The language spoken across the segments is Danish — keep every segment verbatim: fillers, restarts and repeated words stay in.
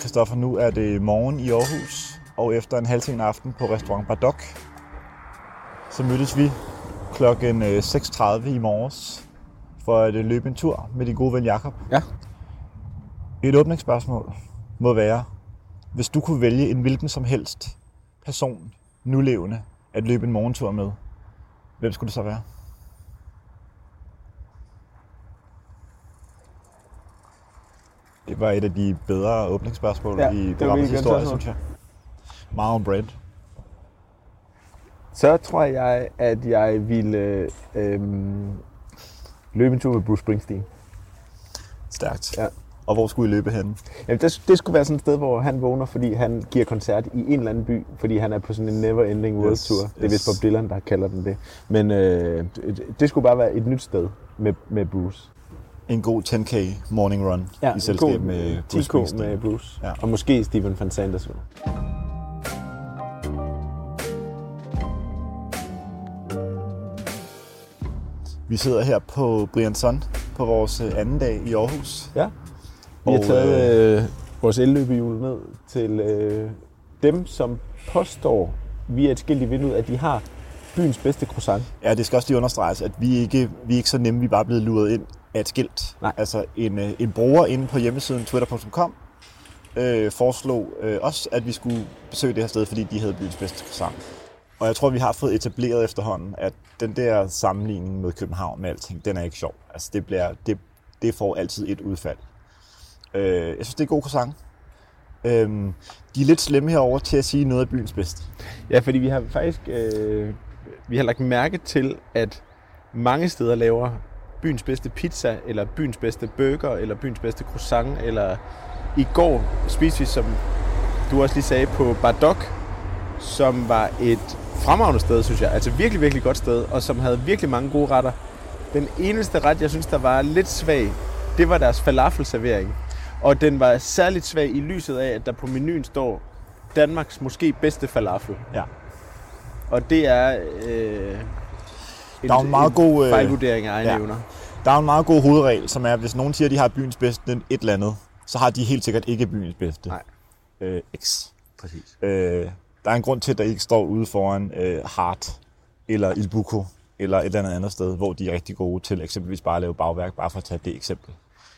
Christoffer, nu er det morgen i Aarhus, og efter en halvsen aften på restaurant Bardock, så mødtes vi klokken seks tredive i morges for at løbe en tur med din gode ven Jakob. Ja. Et åbningsspørgsmål må være, hvis du kunne vælge en hvilken som helst person, nulevende, at løbe en morgentur med, hvem skulle det så være? Det var et af de bedre åbningsspørgsmål ja, i programmets historie, synes jeg. Meget bread. Så tror jeg, at jeg ville øh, løbe en tur med Bruce Springsteen. Stærkt. Ja. Og hvor skulle I løbe henne? Jamen, det, det skulle være sådan et sted, hvor han vågner, fordi han giver koncert i en eller anden by, fordi han er på sådan en never-ending world tour. Yes, yes. Det er vist Bob Dylan, der kalder den det. Men øh, det, det skulle bare være et nyt sted med, med Bruce. En god ti K morning run ja, i selskab med Bruce Springsteen. med Bruce. Ja. Og måske Stephen Van Sanders. Vi sidder her på Briançon på vores anden dag i Aarhus. Ja. Vi har taget øh, vores elløbehjul ned til øh, dem, som påstår via et skilt i vinduet, at de har byens bedste croissant. Ja, det skal også lige understreges, at vi ikke vi er ikke så nemme, vi er bare blevet luret ind af et skilt. Nej. Altså en, en bruger inde på hjemmesiden twitter punktum com øh, foreslog øh, os, at vi skulle besøge det her sted, fordi de havde byens bedste croissant. Og jeg tror, vi har fået etableret efterhånden, at den der sammenligning med København med alting, den er ikke sjov. Altså det, bliver, det, det får altid et udfald. Øh, jeg synes, det er god croissant. Øh, de er lidt slemme herover til at sige noget af byens bedste. Ja, fordi vi har faktisk øh, vi har lagt mærke til, at mange steder laver byens bedste pizza, eller byens bedste burger, eller byens bedste croissant, eller i går spiste vi, som du også lige sagde, på Bardock, som var et fremragende sted, synes jeg. Altså virkelig, virkelig godt sted, og som havde virkelig mange gode retter. Den eneste ret, jeg synes, der var lidt svag, det var deres falafelservering. Og den var særligt svag i lyset af, at der på menuen står Danmarks måske bedste falafel. Ja. Og det er øh, en, der er en meget god fejlvurdering af egne ja. evner. Der er en meget god hovedregel, som er, at hvis nogen siger, at de har byens bedste et eller andet, så har de helt sikkert ikke byens bedste. Nej. Øh, X. Præcis. Øh, der er en grund til, at der ikke står ude foran øh, Hart eller Il Buco eller et eller andet andet sted, hvor de er rigtig gode til eksempelvis bare at lave bagværk, bare for at tage det eksempel.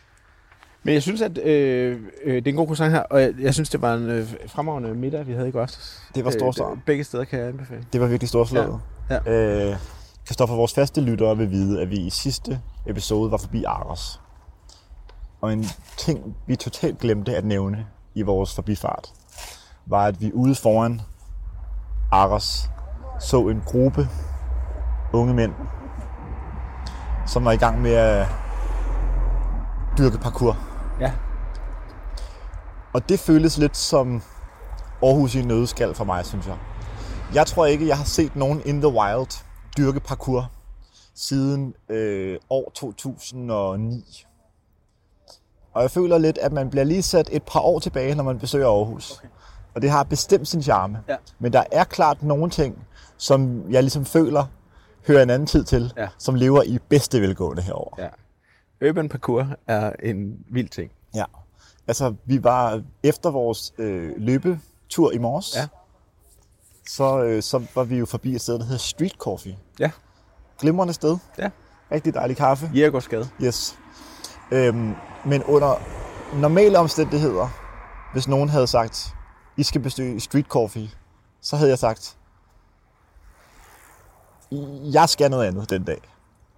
Men jeg synes, at øh, øh, det er en god croissant her, og jeg, jeg synes, det var en øh, fremragende middag, vi havde i går også. Det var storslået. Øh, begge steder kan jeg anbefale. Det var virkelig storslået. Ja. Ja. Øh, Christoffer, vores faste lyttere vil vide, at vi i sidste episode var forbi Aros. Og en ting, vi totalt glemte at nævne i vores forbifart, var, at vi ude foran Aros så en gruppe unge mænd, som var i gang med at dyrke parkour. Ja. Og det føles lidt som Aarhus i en nøddeskal for mig, synes jeg. Jeg tror ikke, jeg har set nogen in the wild dyrke parkour siden øh, år to tusind og ni. Og jeg føler lidt, at man bliver lige sat et par år tilbage, når man besøger Aarhus. Okay. Og det har bestemt sin charme. Ja. Men der er klart nogle ting, som jeg ligesom føler hører en anden tid til, ja. som lever i bedste velgående herover. Ja. Urban parkour er en vild ting. Ja. Altså, vi var efter vores øh, løbetur i morges, ja. så, øh, så var vi jo forbi et sted, der hedder Street Coffee. Ja. Glimrende sted. Ja. Rigtig dejlig kaffe. Jægergårdsgade. Yes. Øhm, men under normale omstændigheder, hvis nogen havde sagt, I skal besøge Street Coffee, så havde jeg sagt, jeg skal noget andet den dag.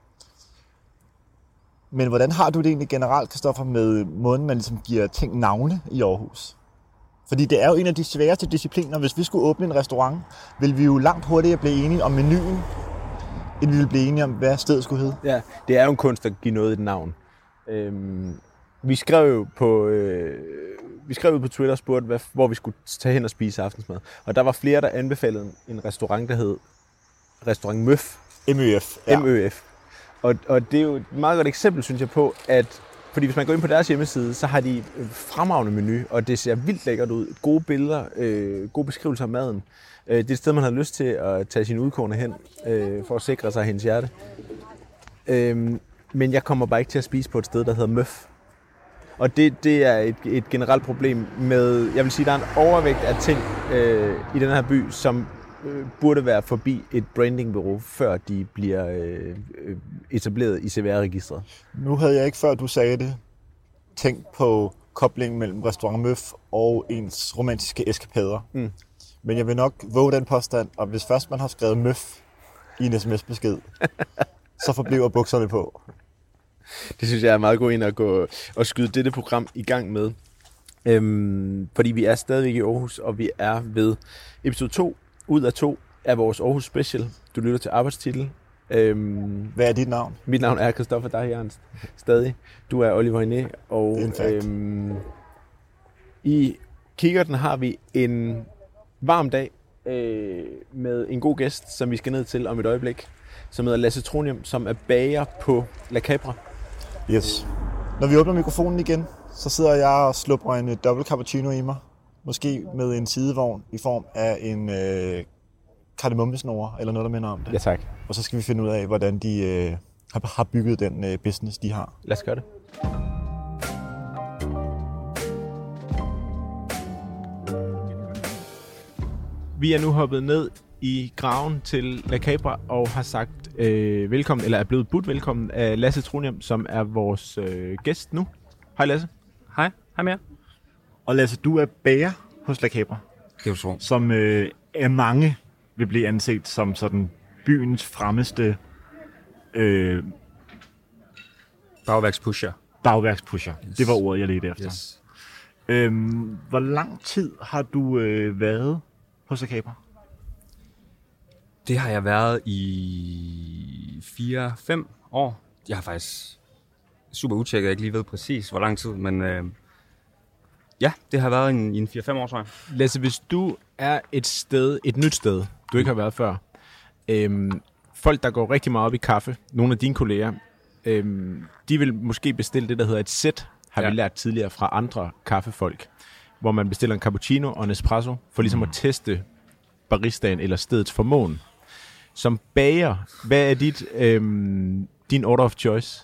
Men hvordan har du det egentlig generelt, Christoffer, med måden, man ligesom giver ting navne i Aarhus? Fordi det er jo en af de sværeste discipliner. Hvis vi skulle åbne en restaurant, ville vi jo langt hurtigere blive enige om menuen, end vi ville blive enige om, hvad stedet skulle hedde. Ja, det er jo en kunst at give noget et navn. Øhm, vi skrev jo på, øh, vi skrev jo på Twitter og spurgte, hvad, hvor vi skulle tage hen og spise aftensmad. Og der var flere, der anbefalede en restaurant, der hed Restaurant Møf. M Ø F. Ja. M Ø F. Og, og det er jo et meget godt eksempel, synes jeg, på, at fordi hvis man går ind på deres hjemmeside, så har de fremragende menu, og det ser vildt lækkert ud. Gode billeder, øh, gode beskrivelser af maden. Øh, det er et sted, man har lyst til at tage sin udkårne hen, øh, for at sikre sig hendes hjerte. Øh, men jeg kommer bare ikke til at spise på et sted, der hedder Møf. Og det, det er et, et generelt problem med, jeg vil sige, der er en overvægt af ting øh, i den her by, som øh, burde være forbi et brandingbureau, før de bliver øh, etableret i C V R-registret. Nu havde jeg ikke, før du sagde det, tænkt på koblingen mellem Restaurant Møf og ens romantiske eskapader. Mm. Men jeg vil nok våge den påstand, og hvis først man har skrevet Møf i en sms-besked, så forbliver bukserne på. Det synes jeg er meget god ind at gå og skyde dette program i gang med. Øhm, fordi vi er stadigvæk i Aarhus, og vi er ved episode to ud af to af vores Aarhus Special. Du lytter til Arbejdstitel. Øhm, Hvad er dit navn? Mit navn er Christoffer Dahl Jørgensen. Stadig. Du er Oliver Iné, og øhm, i kikkerten har vi en varm dag øh, med en god gæst, som vi skal ned til om et øjeblik, som hedder Lasse Tronium, som er bager på La Capra. Yes. Når vi åbner mikrofonen igen, så sidder jeg og slupper en dobbelt cappuccino i mig. Måske med en sidevogn i form af en øh, kardemommesnore, eller noget, der minder om det. Ja, tak. Og så skal vi finde ud af, hvordan de øh, har, har bygget den øh, business, de har. Lad os gøre det. Vi er nu hoppet ned i graven til La Capra og har sagt øh, velkommen, eller er blevet budt velkommen af Lasse Tronium, som er vores øh, gæst nu. Hej Lasse. Hej, hej med jer. Og Lasse, du er bager hos La Capra. Det er jo som øh, af mange vil blive anset som sådan byens fremmeste øh, bagværkspusher. Bagværkspusher. Yes. Det var ordet, jeg ledte efter. Yes. Øhm, hvor lang tid har du øh, været hos La Capra? Det har jeg været i fire fem år. Jeg har faktisk super utjekket, jeg ikke lige ved præcis, hvor lang tid, men øh, ja, det har været i en fire fem år, tror jeg. Lasse, hvis du er et sted, et nyt sted, du ikke har været før, øhm, folk, der går rigtig meget op i kaffe, nogle af dine kolleger, øhm, de vil måske bestille det, der hedder et sæt, har ja. vi lært tidligere fra andre kaffefolk, hvor man bestiller en cappuccino og en espresso, for ligesom mm. at teste baristaen eller stedets formåen. Som bager, hvad er dit, øhm, din order of choice?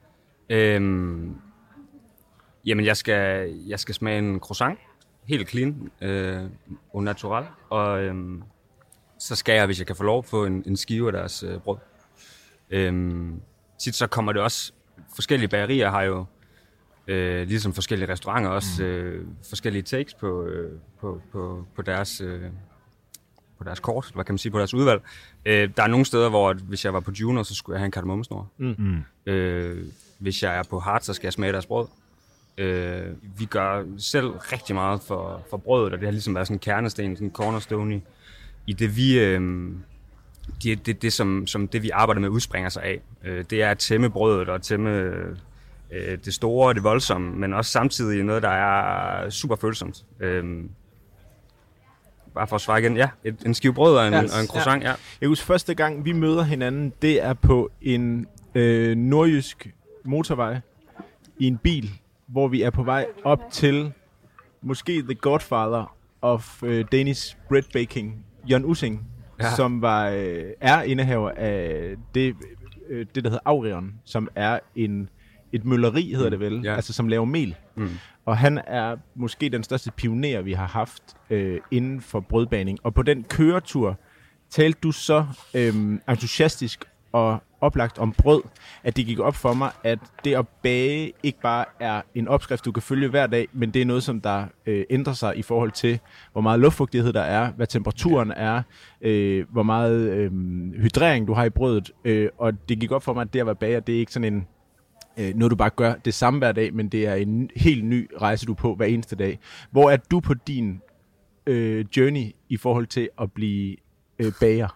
Øhm, jamen, jeg skal, jeg skal smage en croissant, helt clean, øh, au natural, og øhm, så skal jeg, hvis jeg kan få lov, få en, en skive af deres øh, brød. Øhm, tit så kommer det også, forskellige bagerier har jo, øh, ligesom forskellige restauranter, også øh, forskellige takes på, øh, på, på, på deres... Øh, på deres kort, hvad kan man sige, på deres udvalg. Øh, der er nogle steder, hvor hvis jeg var på Juno, så skulle jeg have en kardemommesnor. Mm. Øh, hvis jeg er på Hart, så skal jeg smage deres brød. Øh, vi gør selv rigtig meget for, for brødet, og det har ligesom været sådan en kernesten, sådan en cornerstone i, i det, vi, øh, det, det, det som, som det, vi arbejder med, udspringer sig af. Øh, det er at tæmme brødet og tæmme øh, det store og det voldsomme, men også samtidig noget, der er super følsomt. Øh, Bare for at svare igen. Ja, et, en skive brød og en, yes, og en croissant, ja. ja. Jeg husker, første gang, vi møder hinanden, det er på en øh, nordjysk motorvej i en bil, hvor vi er på vej op til måske the godfather of øh, Danish bread baking, Jørgen Ussing, ja. som var, øh, er indehaver af det, øh, det der hedder Aurion, som er en, et mølleri, hedder det vel, ja. altså som laver mel. Mm. Og han er måske den største pioner, vi har haft øh, inden for brødbaning. Og på den køretur talte du så øh, entusiastisk og oplagt om brød, at det gik op for mig, at det at bage ikke bare er en opskrift, du kan følge hver dag, men det er noget, som der øh, ændrer sig i forhold til, hvor meget luftfugtighed der er, hvad temperaturen er, øh, hvor meget øh, hydrering du har i brødet. Øh, og det gik op for mig, at det at være bager, det er ikke sådan en noget du bare gør det samme hver dag, men det er en helt ny rejse, du er på hver eneste dag. Hvor er du på din øh, journey i forhold til at blive øh, bager?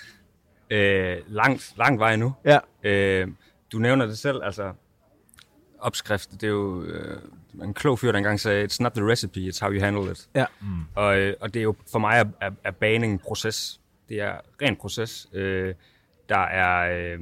Øh, langt, langt vej nu. Ja. Øh, du nævner det selv, altså opskrift, det er jo øh, en klog fyr, der engang sagde, it's not the recipe, it's how you handle it. Ja. Mm. Og, øh, og det er jo for mig er, er, er bagning en proces. Det er ren proces. Øh, der er... Øh,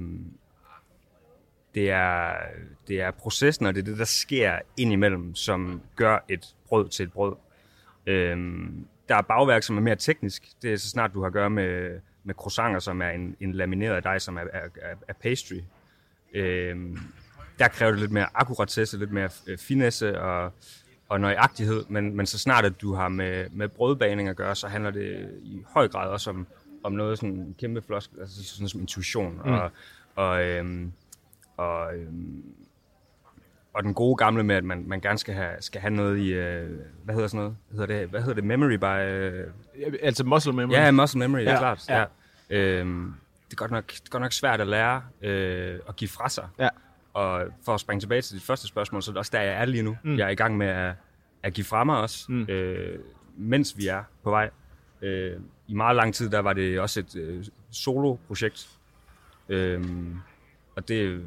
Det er, det er processen, og det er det, der sker indimellem, som gør et brød til et brød. Øhm, der er bagværk, som er mere teknisk. Det er så snart, du har at gøre med, med croissanter, som er en, en lamineret dej, som er, er, er pastry. Øhm, der kræver det lidt mere akkuratesse, lidt mere finesse og, og nøjagtighed, men, men så snart at du har med, med brødbaning at gøre, så handler det i høj grad også om, om noget sådan kæmpe floskel, altså sådan som intuition mm. og, og, øhm, og, øhm, og den gode gamle med, at man, man gerne skal have, skal have noget i, øh, hvad hedder sådan noget? Hedder det, hvad hedder det? Memory by... Øh... Altså muscle memory? Ja, muscle memory, ja, det er klart. Ja. Ja. Øhm, det, er godt nok, det er godt nok svært at lære øh, at give fra sig. Ja. Og for at springe tilbage til dit første spørgsmål, så er det også der, jeg er lige nu. Mm. Jeg er i gang med at, at give fra mig også, mm. øh, mens vi er på vej. Øh, I meget lang tid, der var det også et øh, solo-projekt. Øh, og det...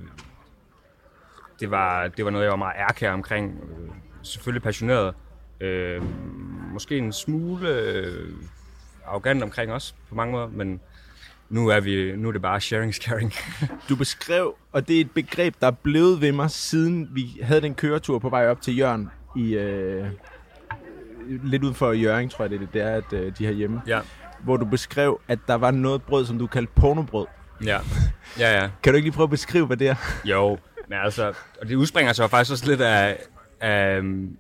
Det var, det var noget, jeg var meget ærkær omkring. Øh, selvfølgelig passioneret. Øh, måske en smule øh, arrogant omkring også, på mange måder. Men nu er, vi, nu er det bare sharing is caring. Du beskrev, og det er et begreb, der er blevet ved mig, siden vi havde den køretur på vej op til Jørgen. I, øh, lidt uden for Jørgen, tror jeg, det er, det er at øh, de her hjemme. Ja. Hvor du beskrev, at der var noget brød, som du kaldte pornobrød. Ja, ja, ja. Kan du ikke lige prøve at beskrive, hvad det er? Jo. Men altså, og det udspringer så faktisk også lidt af, af,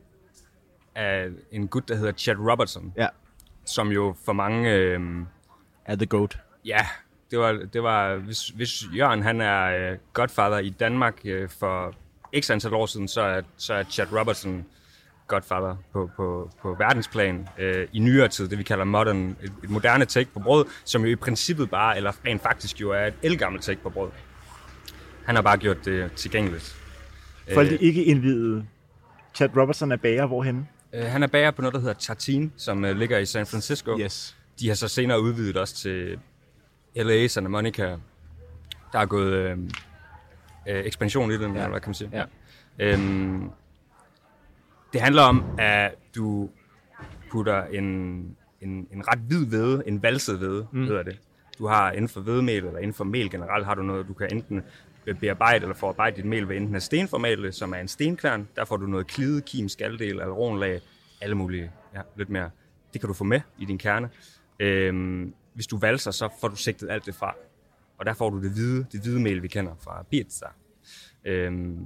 af en gut, der hedder Chad Robertson. Ja. Som jo for mange... Øhm, er the goat. Ja, det var, det var hvis, hvis Jørgen han er uh, godfather i Danmark uh, for x antal år siden, så er, så er Chad Robertson godfather på, på, på verdensplan uh, i nyere tid, det vi kalder modern, et, et moderne take på brød, som jo i princippet bare, eller rent faktisk jo er et ældgammelt take på brød. Han har bare gjort det tilgængeligt. Folk de ikke indvidede. Chad Robertson er bager hvorhenne? Uh, han er bager på noget, der hedder Tartine, som uh, ligger i San Francisco. Yes. De har så senere udvidet også til L A, Santa Monica. Der er gået øh, øh, ekspansion i den, ja. Eller hvad kan man sige. Ja. Øhm, det handler om, at du putter en, en, en ret hvid hvede, en valset hvede, mm. hedder det. Du har inden for hvedemel, eller inden for mel generelt, har du noget, du kan enten bearbejde eller forarbejde dit mel ved enten af stenformale, som er en stenkværn. Der får du noget klide, kim, skaldel, alronlag, alle mulige, ja, lidt mere. Det kan du få med i din kerne. Øhm, hvis du valser, så får du sigtet alt det fra. Og der får du det hvide, det hvide mel, vi kender fra pizza. Øhm,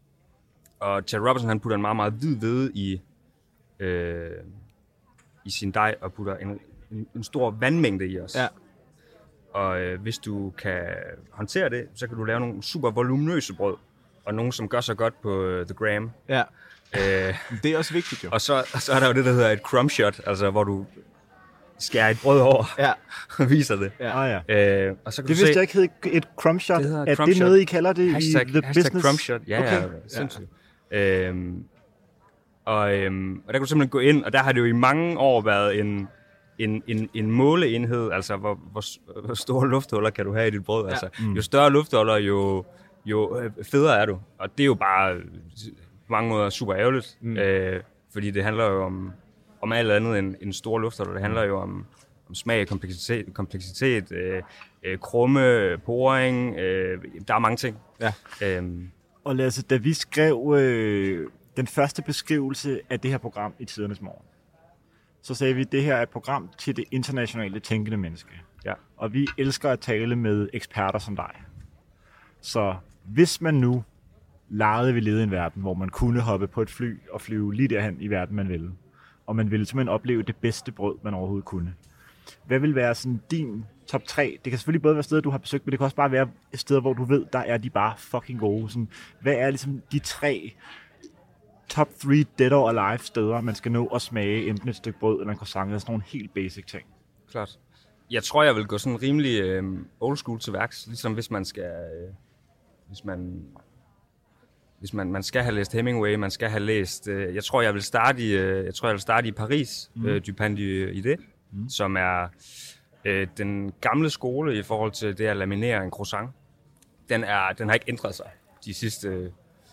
og Chad Robertson, han putter en meget, meget hvid hvede i, øh, i sin dej, og putter en, en, en stor vandmængde i os. Ja. Og øh, hvis du kan håndtere det, så kan du lave nogle super voluminøse brød. Og nogle, som gør sig godt på uh, The Gram. Ja. Øh, det er også vigtigt jo. Og så, så er der jo det, der hedder et crumb shot, altså hvor du skærer et brød over ja. og viser det. Ja. Ah, ja. Øh, og så kan det du vidste se, jeg ikke hed et crumb shot. Det er det noget, I kalder det hashtag, i the hashtag business? Crumb shot, ja, okay. Ja, sindssygt. Ja. Øhm, og, øhm, og der kan du simpelthen gå ind, og der har det jo i mange år været en, en, en, en måleenhed, altså hvor, hvor, hvor store lufthuller kan du have i dit brød. Ja. Altså, mm. Jo større lufthuller, jo, jo federe er du. Og det er jo bare på mange måder super ærgerligt, mm. øh, fordi det handler jo om, om alt andet end en stor lufthuller. Det handler jo om, om smag, kompleksitet, kompleksitet øh, øh, krumme, poring, øh, der er mange ting. Ja. Øhm. Og Lasse, da vi skrev øh, den første beskrivelse af det her program i Tidernes Morgen, så sagde vi, at det her er et program til det internationale tænkende menneske. Ja. Og vi elsker at tale med eksperter som dig. Så hvis man nu legede vi levede i en verden, hvor man kunne hoppe på et fly og flyve lige derhen i verden, man ville, og man ville simpelthen opleve det bedste brød, man overhovedet kunne. Hvad vil være sådan din top tre? Det kan selvfølgelig både være steder, du har besøgt, men det kan også bare være steder, hvor du ved, der er de bare fucking gode. Sådan, hvad er ligesom de tre top three dead or alive steder, man skal nå at smage enten et stykke brød eller en croissant, eller sådan nogle helt basic ting? Klart. Jeg tror, jeg vil gå sådan rimelig øh, old school til værks, ligesom hvis man skal, øh, hvis man, hvis man, man skal have læst Hemingway, man skal have læst, øh, jeg tror, jeg vil starte i, øh, jeg tror, jeg vil starte i Paris, mm. øh, Dupin d'Idées, mm. som er øh, den gamle skole i forhold til det at laminere en croissant. Den, er, den har ikke ændret sig de sidste øh,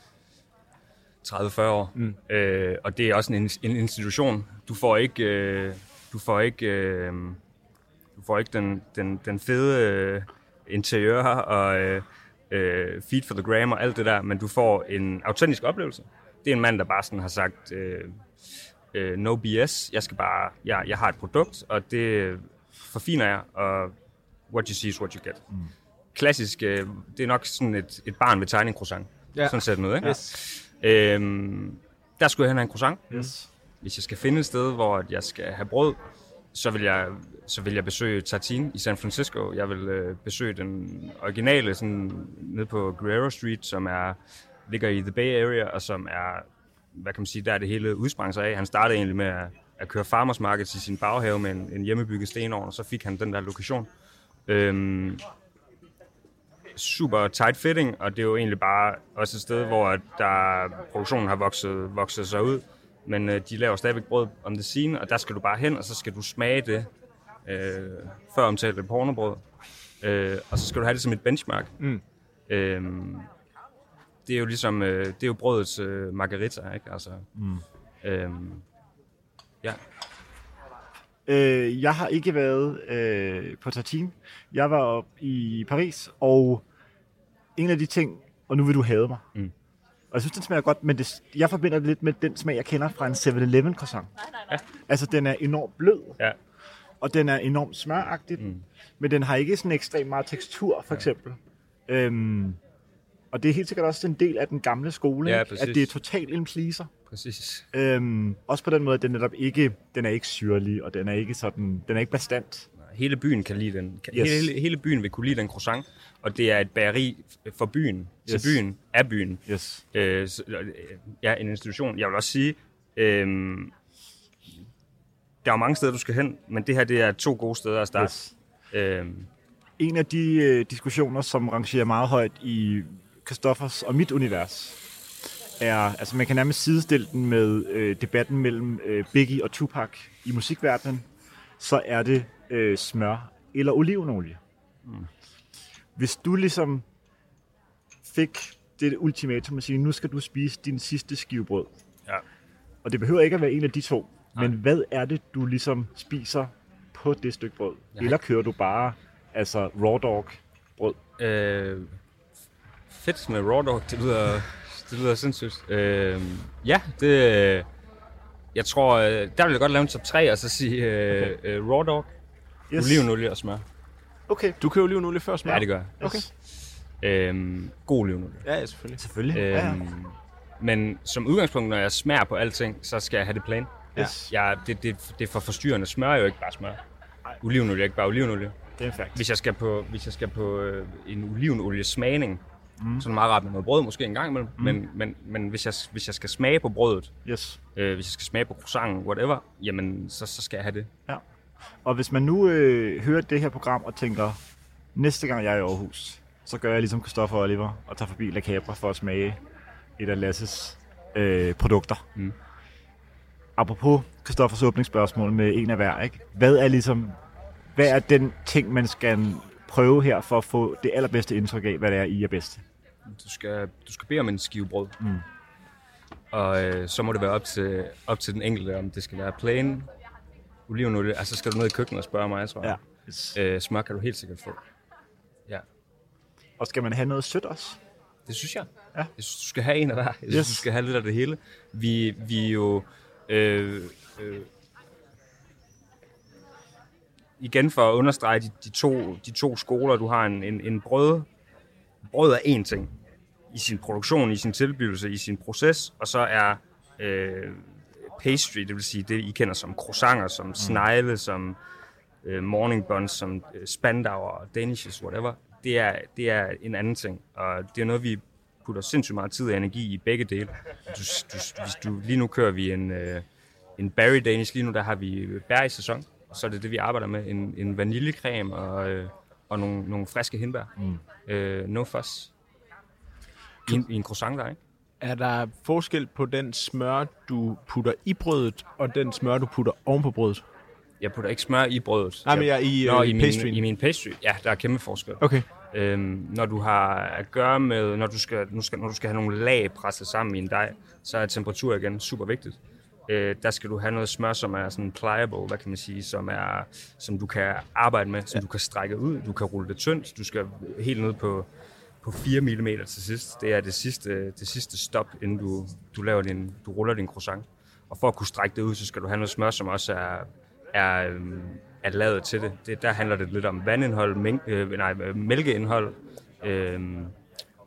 tredive til fyrre år, mm. øh, og det er også en, en institution. Du får ikke, øh, du får ikke, øh, du får ikke den, den, den fede øh, interiør og øh, øh, feed for the gram og alt det der, men du får en autentisk oplevelse. Det er en mand, der bare sådan har sagt øh, øh, no B S. Jeg skal bare, jeg, jeg har et produkt, og det forfiner jeg, og what you see is what you get. Mm. Klassisk, øh, det er nok sådan et, et barn ved tegning croissant. Ja. Sådan set noget, ikke? Yes. Øhm, der skulle jeg hen have en croissant. Yes. Hvis jeg skal finde et sted, hvor jeg skal have brød, så vil jeg, så vil jeg besøge Tartine i San Francisco. Jeg vil øh, besøge den originale, sådan nede på Guerrero Street, som er, ligger i The Bay Area, og som er, hvad kan man sige, der er det hele udsprang sig af. Han startede egentlig med at, at køre farmers markets i sin baghave med en, en hjemmebygget stenovn, og så fik han den der lokation. Øhm, super tight fitting, og det er jo egentlig bare også et sted, hvor der, produktionen har vokset, vokset sig ud. Men øh, de laver stadigvæk brød om det scene, og der skal du bare hen, og så skal du smage det øh, før omtalte pornobrød. Øh, og så skal du have det som et benchmark. Mm. Øh, det er jo ligesom, øh, det er jo brødets øh, margarita, ikke? Altså, mm. øh, ja. Øh, jeg har ikke været øh, på Tartine. Jeg var op i Paris, og en af de ting, og nu vil du hade mig. Mm. Og jeg synes, den smager godt, men det, jeg forbinder det lidt med den smag, jeg kender fra en seven eleven croissant. Nej, nej, nej. Altså, den er enormt blød, ja. Og den er enormt smøragtig, mm. men den har ikke sådan ekstremt meget tekstur, for eksempel. Ja. Øhm, og det er helt sikkert også en del af den gamle skole, ja, at det er totalt en pleaser. Præcis. Øhm, også på den måde, at den netop ikke, den er ikke syrlig, og den er ikke sådan, den er ikke bastant. Hele byen kan lide den. Yes. Hele, hele byen vil kunne lide den croissant, og det er et bageri for byen, yes. til byen, af byen. Yes. Øh, så, ja, en institution. Jeg vil også sige, øh, der er jo mange steder, du skal hen, men det her, det er to gode steder at starte. Yes. Øh, en af de øh, diskussioner, som rangerer meget højt i Christoffers og mit univers, er, altså man kan nærmest sidestille den med øh, debatten mellem øh, Biggie og Tupac i musikverdenen, så er det øh, smør eller olivenolie. Mm. Hvis du ligesom fik det ultimatum at sige, nu skal du spise din sidste skivebrød, ja. Og det behøver ikke at være en af de to, nej. Men hvad er det, du ligesom spiser på det stykke brød? Ja. Eller kører du bare altså raw dog brød? Øh, fedt med raw dog, det lyder, det lyder sindssygt. Øh, ja, det... Jeg tror, der vil jeg godt lave en top tre, og så sige okay. uh, uh, raw dog, yes. Olivenolie og smør. Okay. Du kører olivenolie før smør? Ja, det gør jeg. Okay. Øhm, god olivenolie. Ja, ja, selvfølgelig. Selvfølgelig. Øhm, ja. Men som udgangspunkt, når jeg smager på alting, så skal jeg have det plain. Yes. Jeg, det, det, det er for forstyrrende. Smør er jo ikke bare smør. Olivenolie er ikke bare olivenolie. Det er fact. Hvis jeg skal på, hvis jeg skal på øh, en olivenolie-smagning, mm. så er det meget rart med noget brød, måske en gang imellem. Mm. Men, men, men hvis, jeg, hvis jeg skal smage på brødet, yes. øh, hvis jeg skal smage på croissanten, whatever, jamen så, så skal jeg have det. Ja. Og hvis man nu øh, hører det her program og tænker, næste gang jeg er i Aarhus, så gør jeg ligesom Christoffer og Oliver og tager forbi La Capra for at smage et af Lasses øh, produkter. Mm. Apropos Christoffers åbningsspørgsmål med en af hver, ikke? Hvad er ligesom, hvad er den ting, man skal prøve her for at få det allerbedste indtryk af, hvad det er, I er bedst? Du skal, du skal bede om en skive brød. Mm. Og øh, så må det være op til, op til den enkelte, om det skal være plain olivenolie. Altså skal du ned i køkkenet og spørge mig, tror jeg. Ja. Yes. Øh, smør kan du helt sikkert få. Ja. Og skal man have noget sødt også? Det synes jeg. Ja. Jeg synes, du skal have en af hver. Jeg synes, yes. du skal have lidt af det hele. Vi, vi er jo... Øh, øh, igen for at understrege de, de, to, de to skoler, du har en, en, en brød. Brød er én ting. I sin produktion, i sin tilblivelse, i sin proces. Og så er øh, pastry, det vil sige det, I kender som croissanter, som mm. snegle, som øh, morning buns, som øh, spandauer, danishes, whatever. Det er, det er en anden ting. Og det er noget, vi putter sindssygt meget tid og energi i begge dele. Du, du, hvis du, lige nu kører vi en, øh, en berry danish. Lige nu der har vi bær i sæson. Og så er det det, vi arbejder med. En, en vaniljecreme og, øh, og nogle, nogle friske hindbær. Mm. Øh, no fuss. I en, I en croissant der, ikke? Er der forskel på den smør, du putter i brødet, og den smør, du putter oven på brødet? Jeg putter ikke smør i brødet. Nej, men jeg, i, Nå, øh, i, pastry. min, i min pastry. Ja, der er kæmpe forskel. Okay. Øhm, når du har at gøre med, når du skal, nu skal, når du skal have nogle lag presset sammen i en dej, så er temperatur igen super vigtigt. Øh, der skal du have noget smør, som er sådan pliable, hvad kan man sige, som er, som du kan arbejde med, som ja. du kan strække ud, du kan rulle det tyndt, du skal helt ned på på fire millimeter til sidst. Det er det sidste, det sidste stop, inden du, du, laver din, du ruller din croissant. Og for at kunne strække det ud, så skal du have noget smør, som også er, er, er lavet til det. det. Der handler det lidt om vandindhold, mæng, øh, nej, mælkeindhold, øh,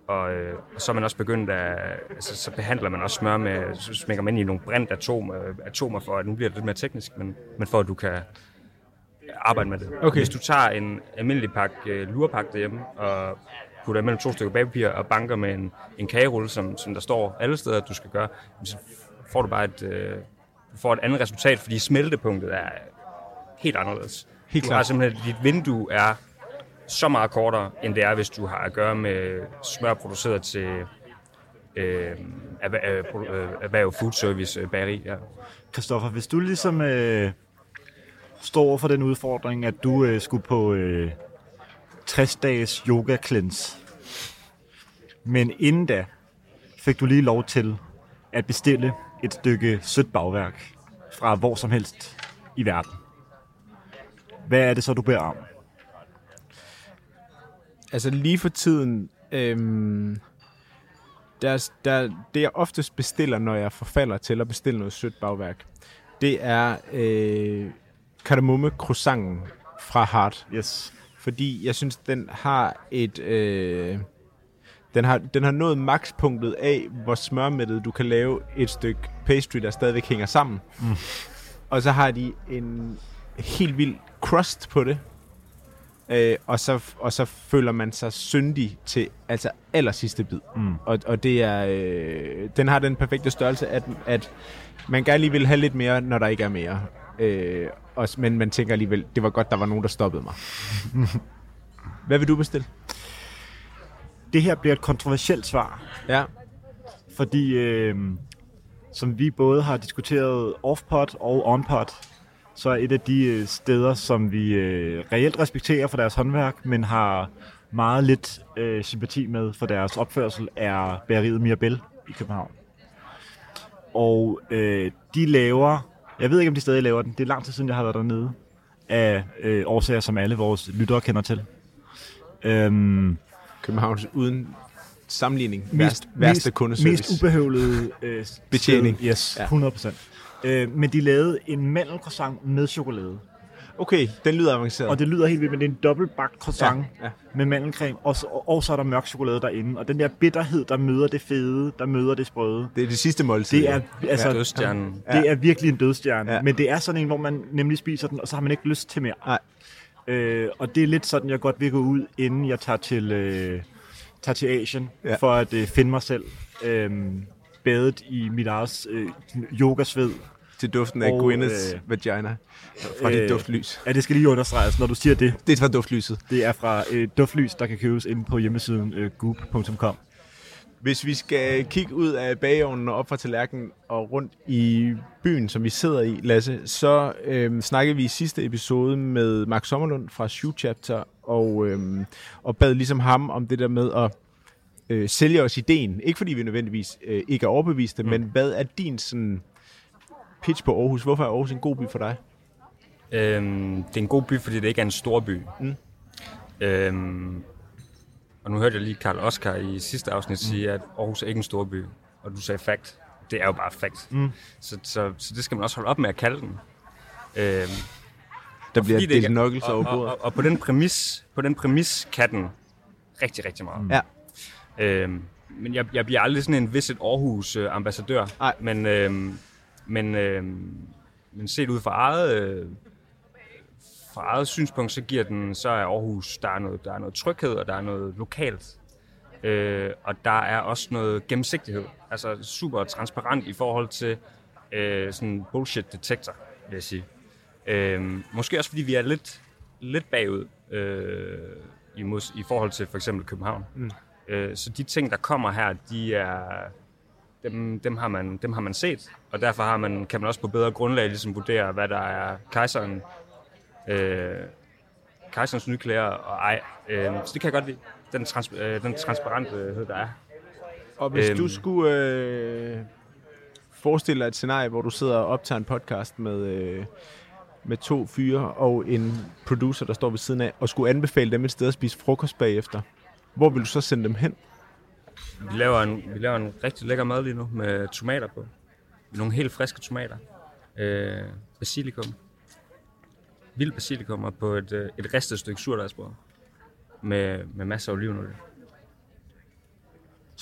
Og, øh, og så er man også begyndt at, altså, så behandler man også smør med, så smækker man ind i nogle brintatomer atomer for, at nu bliver det lidt mere teknisk, men, men for at du kan arbejde med det. Okay. Hvis du tager en almindelig pakke øh, lurpakke derhjemme, og putter mellem to stykker bagpapir og banker med en, en kagerulle, som, som der står alle steder, at du skal gøre, så får du bare et, øh, du får et andet resultat, fordi smeltepunktet er helt anderledes. Helt du klart. har simpelthen, dit vindue er så meget kortere, end det er, hvis du har at gøre med smør produceret til øh, erhverv, øh, erhverv food service øh, bageri. Ja. Christoffer, hvis du ligesom øh, står over for den udfordring, at du øh, skulle på øh, tres dages yoga cleanse, men inden da fik du lige lov til at bestille et stykke sødt bagværk fra hvor som helst i verden. Hvad er det så, du beder om? Altså lige for tiden, øhm, der, der, det jeg oftest bestiller, når jeg forfalder til at bestille noget sødt bagværk, det er øh, kardemomme croissanten fra Hart. Yes. Fordi jeg synes, den har et... Øh, den, har, den har nået makspunktet af, hvor smørmættet du kan lave et stykke pastry, der stadigvæk hænger sammen. Mm. Og så har de en helt vild crust på det. Øh, og, så, og så føler man sig syndig til altså aller sidste bid. Mm. Og, og det er, øh, den har den perfekte størrelse, at, at man gerne lige vil have lidt mere, når der ikke er mere. Øh, og, men man tænker alligevel, det var godt, der var nogen, der stoppede mig. Hvad vil du bestille? Det her bliver et kontroversielt svar, Ja. fordi øh, som vi både har diskuteret off-pot og on-pot, så er et af de øh, steder, som vi øh, reelt respekterer for deres håndværk, men har meget lidt øh, sympati med for deres opførsel, er bageriet Mirabelle i København. Og øh, de laver, jeg ved ikke om de stadig laver den, det er lang tid siden jeg har været dernede, af øh, årsager, som alle vores lyttere kender til. Øhm, Københavns uden sammenligning mest, værste, værste mest, kundeservice. mest ubehøvlede øh, Betjening. Sted. Yes, Ja. hundrede procent. Øh, men de lavede en mandelcroissant med chokolade. Okay, den lyder avanceret. Og det lyder helt vildt, men det er en dobbeltbagt croissant Ja, ja. med mandelcreme, og så, og så er der mørk chokolade derinde. Og den der bitterhed, der møder det fede, der møder det sprøde, Det er det sidste måltid. det er, altså, Dødstjernen. det er virkelig en dødstjerne. Ja. Men det er sådan en, hvor man nemlig spiser den, og så har man ikke lyst til mere. Nej. Øh, og det er lidt sådan, jeg godt vil gå ud, inden jeg tager til, øh, tager til Asien, Ja. for at øh, finde mig selv øh, badet i mit eget øh, yogasved. Til duften af Og, Gwyneths øh, vagina fra dit øh, duftlys. Ja, det skal lige understreges, når du siger det. Det er fra duftlyset. Det er fra øh, duftlys, der kan købes inde på hjemmesiden øh, goop punktum com. Hvis vi skal kigge ud af bageovnen og op fra tallerkenen og rundt i byen, som vi sidder i, Lasse, så øhm, snakkede vi i sidste episode med Mark Sommerlund fra Shoe Chapter og, øhm, og bad ligesom ham om det der med at øh, sælge os ideen. Ikke fordi vi nødvendigvis øh, ikke er overbeviste, mm. men hvad er din sådan, pitch på Aarhus? Hvorfor er Aarhus en god by for dig? Øhm, det er en god by, fordi det ikke er en stor by. Mm. Øhm, og nu hørte jeg lige Karl Oskar i sidste afsnit mm. sige, at Aarhus er ikke en stor by. Og du sagde fact. Det er jo bare fact. Mm. Så, så, så det skal man også holde op med at kalde den. Øhm, Der bliver fordi det ikke delt er- nøgles over og, og, bordet. og, og på den præmis, på den præmis kan den rigtig, rigtig meget. Ja. Øhm, men jeg, jeg bliver aldrig sådan en Visit Aarhus-ambassadør. Nej. Men, øhm, men, øhm, men set ud fra eget, øh, fra eget synspunkt, så giver den, så er Aarhus, der er noget, der er noget tryghed, og der er noget lokalt. Øh, og der er også noget gennemsigtighed. Altså super transparent i forhold til øh, sådan bullshit detektor, vil jeg sige. Øh, måske også fordi vi er lidt, lidt bagud øh, i, mus, i forhold til for eksempel København. Mm. Øh, så de ting, der kommer her, de er, dem, dem, har man, dem har man set, og derfor har man, kan man også på bedre grundlag ligesom vurdere, hvad der er kejseren, øh, kejserens nye klæder og ej. Øh, så det kan jeg godt lide, den, trans, øh, den transparenthed, der er. Og hvis Øhm. du skulle øh, forestille dig et scenarie, hvor du sidder og optager en podcast med, øh, med to fyre og en producer, der står ved siden af, og skulle anbefale dem et sted at spise frokost bagefter, hvor vil du så sende dem hen? Vi laver en, vi laver en rigtig lækker mad lige nu med tomater på. Nogle helt friske tomater. Øh, basilikum. Vild basilikum og på et, øh, et ristet stykke surdejsbrød med, med masser af olivenolie.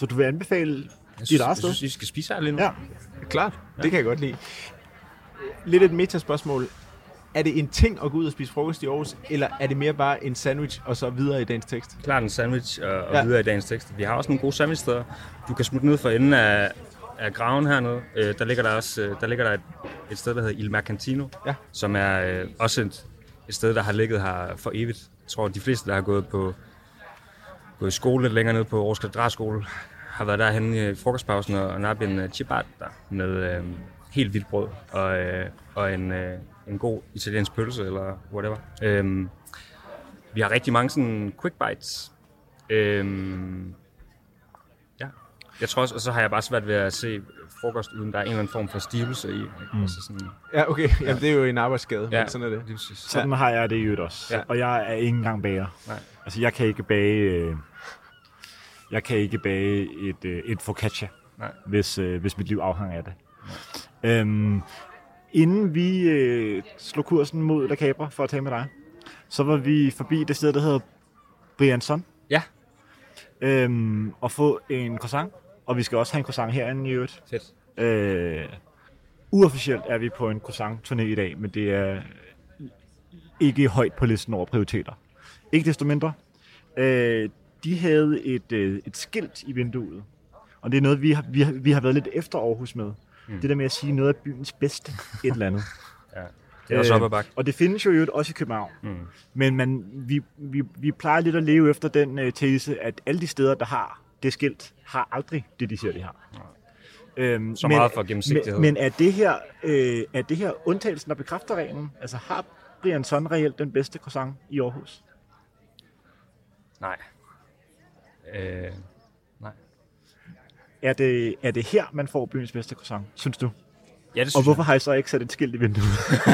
Så du vil anbefale Jeg dit synes, eget jeg sted? synes, I skal spise her lige nu. Ja. Klart, det kan jeg godt lide. Lidt et metaspørgsmål. Er det en ting at gå ud og spise frokost i Aarhus, eller er det mere bare en sandwich og så videre i dagens tekst? Klart en sandwich og, og Ja. ja. videre i dagens tekst. Vi har også nogle gode sandwichsteder. Du kan smutte ned for enden af, af graven hernede. Øh, der ligger der også øh, der ligger der et, et sted, der hedder Il Mercantino, Ja. som er øh, også et, et sted, der har ligget her for evigt. Jeg tror, at de fleste, der har gået på gået i skole lidt længere nede på Aarhus Katedralskole, har været derhen i frokostpausen og, og nappet en uh, ciabatta med øh, helt hvidt brød og, øh, og en, øh, en god italiensk pølse eller whatever. Øhm, vi har rigtig mange sådan quick bites. Øhm, ja. Jeg tror også, og så har jeg bare svært ved at se frokost, uden der er en eller anden form for stivelse i. Mm. Altså sådan, Ja, okay. Jamen, det er jo en arbejdsskade, ja. Men sådan er det. lige præcis. Sådan har jeg det i øvrigt også. Ja. Og jeg er ikke engang bager. Nej. Altså, jeg kan ikke bage... Øh, jeg kan ikke bage et, øh, et focaccia, Nej. hvis, øh, hvis mit liv afhænger af det. Øhm, inden vi øh, slog kursen mod La Capra for at tale med dig, så var vi forbi det sted, der hedder Briançon. Ja. Øhm, og få en croissant. Og vi skal også have en croissant herinde i øvrigt. Fedt. Øh, uofficielt er vi på en croissant-turné i dag, men det er ikke højt på listen over prioriteter. Ikke desto mindre. Øh, de havde et, øh, et skilt i vinduet, og det er noget, vi har, vi har, vi har været lidt efter Aarhus med. Mm. Det der med at sige noget af byens bedste et eller andet. Ja. Det er også op ad bakke. Og det findes jo i øvrigt også i København. Mm. Men man, vi, vi, vi plejer lidt at leve efter den øh, tese, at alle de steder, der har det skilt, har aldrig det, de siger, de har. Øhm, Så men, meget for gennemsigtighed. Men, men er, det her, øh, er det her undtagelsen, der bekræfter reglen? Altså har Briançon reelt den bedste croissant i Aarhus? Nej. Øh, nej. Er det, er det her, man får byens bedste croissant, synes du? Ja, det synes Og hvorfor har I så ikke sat et skilt i vinduet?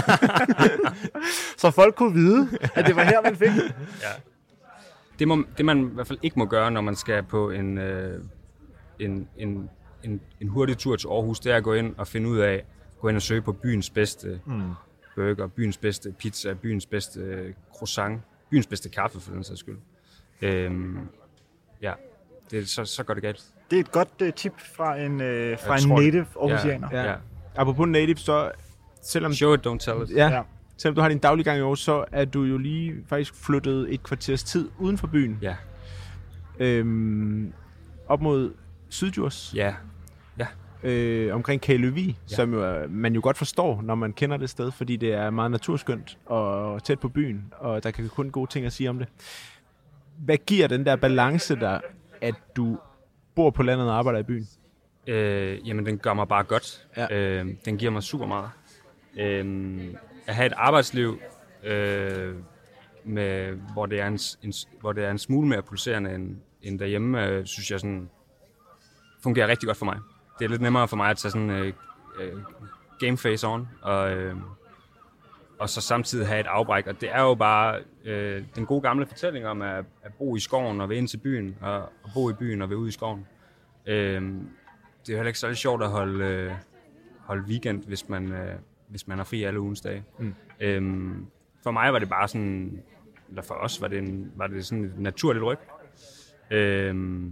Så folk kunne vide, at det var her, man fik det. Ja. Det, må, det man i hvert fald ikke må gøre, når man skal på en, øh, en, en, en, en hurtig tur til Aarhus, det er at gå ind og finde ud af, gå ind og søge på byens bedste mm. burger, byens bedste pizza, byens bedste croissant, byens bedste kaffe for den sags skyld. Øhm, ja, det, så, så går det galt. Det er et godt uh, tip fra en, uh, fra Jeg en tror, native aarhusianer. Ja. Ja. Apropos native, så selvom, Show it, don't tell it. ja, Ja. selvom du har din daglige gang i Aarhus, så er du jo lige faktisk flyttet et kvarters tid uden for byen. Ja. Øhm, op mod Syddjurs. Ja. Ja. Øh, omkring Kaløvig, Ja. som jo er, man jo godt forstår, når man kender det sted, fordi det er meget naturskønt og tæt på byen, og der kan kun gode ting at sige om det. Hvad giver den der balance der, at du bor på landet og arbejder i byen? Øh, jamen, den gør mig bare godt. Ja. Øh, den giver mig super meget. Øh, at have et arbejdsliv, øh, med, hvor, det er en, en, hvor det er en smule mere pulserende end, end derhjemme, øh, synes jeg sådan, fungerer rigtig godt for mig. Det er lidt nemmere for mig at tage sådan øh, øh, game face on, og, øh, og så samtidig have et afbræk. Og det er jo bare øh, den gode gamle fortælling om at, at bo i skoven og være ind til byen, og, og bo i byen og være ude i skoven. Øh, det er jo heller ikke så sjovt at holde, øh, holde weekend, hvis man, øh, hvis man er fri alle ugens dage. Mm. Øh, for mig var det bare sådan, eller for os var det, en, var det sådan et naturligt ryg. Øh,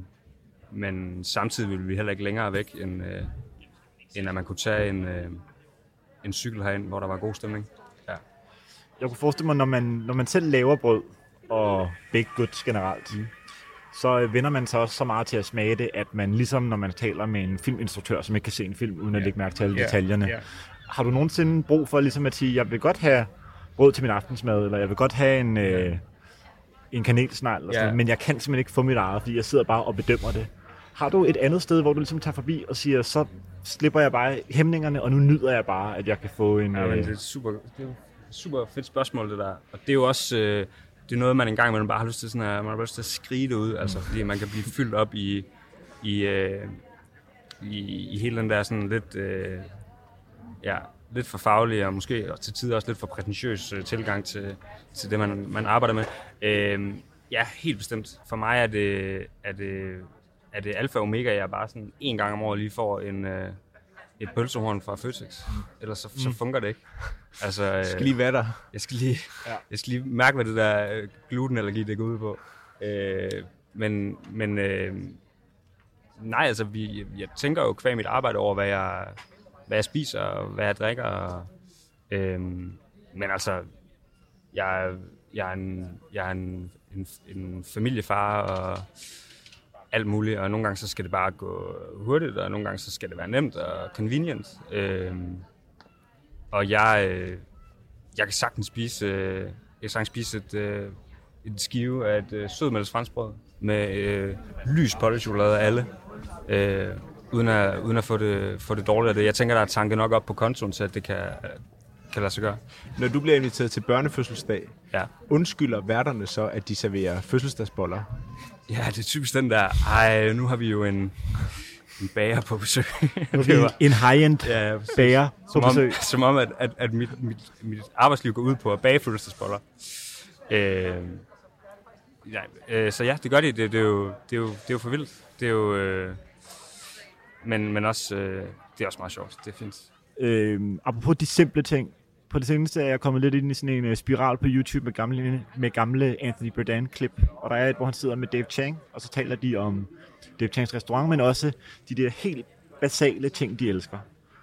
men samtidig ville vi heller ikke længere væk, end, øh, end at man kunne tage en, øh, en cykel herind, hvor der var god stemning. Ja. Jeg kunne forestille mig, når man, når man selv laver brød og baked goods generelt, mm. så øh, vender man sig også så meget til at smage det, at man ligesom når man taler med en filminstruktør, som ikke kan se en film, uden at lægge mærke til alle Ja. detaljerne. Ja. Har du nogensinde brug for ligesom at sige, jeg vil godt have brød til min aftensmad, eller jeg vil godt have en, øh, en kanelsnegl, eller sådan, Ja. men jeg kan simpelthen ikke få mit eget, fordi jeg sidder bare og bedømmer det. Har du et andet sted, hvor du ligesom tager forbi og siger, så slipper jeg bare hæmningerne, og nu nyder jeg bare, at jeg kan få en... Ja, men det er øh, et super, det er jo et super fedt spørgsmål, det der. Og det er jo også øh, det er noget, man engang imellem bare har lyst til, sådan, at man har lyst til at skrige det ud, altså, fordi man kan blive fyldt op i, i, øh, i, i hele den der sådan lidt, øh, ja, lidt for faglig, og måske og til tider også lidt for prætentiøs øh, tilgang til, til det, man, man arbejder med. Øh, ja, helt bestemt. For mig er det, er det, er det alfa og omega, jeg bare sådan en gang om året lige får en... Øh, et pølsehorn fra Føtex. Ellers så, så fungerer det ikke. Altså, øh, Skal lige være der. jeg skal lige, Ja. jeg skal lige mærke, hvad det der øh, glutenallergi det går ud på. Øh, men men øh, nej, altså, vi, jeg tænker jo kvæg mit arbejde over, hvad jeg, hvad jeg spiser og hvad jeg drikker. Og, øhm, men altså, jeg, jeg er, en, jeg er en, en, en familiefar og alt muligt, og nogle gange så skal det bare gå hurtigt, og nogle gange så skal det være nemt og convenient. Øhm, og jeg, øh, jeg kan sagtens spise, øh, jeg kan sagtens spise et, øh, et skive af et øh, sødmælks franskbrød med øh, lys pålægtschokolade af alle, øh, uden at, uden at få, det, få det dårligt af det. Jeg tænker, der er tanket nok op på kontoen, så at det kan, kan lade sig gøre. Når du bliver inviteret til børnefødselsdag, ja. undskylder værterne så, at de serverer fødselsdagsboller? Ja, det er typisk den der, ej, nu har vi jo en, en bager på besøg. Nu har vi en high-end ja, bager på som om, besøg. Som om, at, at, at mit, mit, mit arbejdsliv går ud på at bage fødselsdagsboller. Øh, ja, øh, så ja, det gør de. Det, det, er, jo, det, er, jo, det er jo for vildt. Det er jo, øh, men, men også, øh, det er også meget sjovt. Det er fint. Øh, apropos de simple ting. På det seneste er jeg kommet lidt ind i sådan en uh, spiral på YouTube med gamle, med gamle Anthony Bourdain-klip. Og der er et, hvor han sidder med Dave Chang, og så taler de om Dave Changs restaurant, men også de der helt basale ting, de elsker.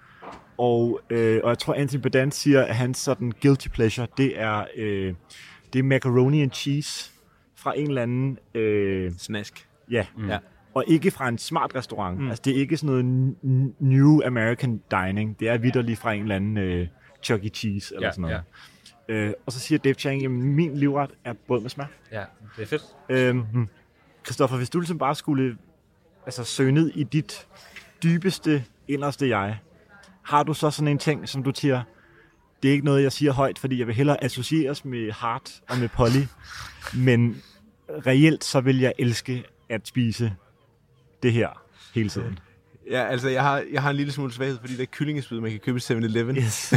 Og, øh, og jeg tror, Anthony Bourdain siger, at hans sådan guilty pleasure, det er, øh, det er macaroni and cheese fra en eller anden... Øh, snask. Ja. Mm. ja. Og ikke fra en smart restaurant. Mm. Altså, det er ikke sådan noget n- new American dining. Det er vitterligt fra en eller anden... Øh, Chuck E. Cheese eller ja, sådan noget. Ja. Øh, og så siger Dave Chang, at min livret er brød med smør. Ja, det er fedt. Øhm, Christoffer, hvis du ligesom bare skulle altså, søge ned i dit dybeste, inderste jeg, har du så sådan en ting, som du siger, det er ikke noget, jeg siger højt, fordi jeg vil hellere associeres med Hart og med Polly, men reelt så vil jeg elske at spise det her hele tiden. Ja, altså jeg har, jeg har en lille smule svaghed, fordi der er kyllingespyd, man kan købe i seven eleven. Yes.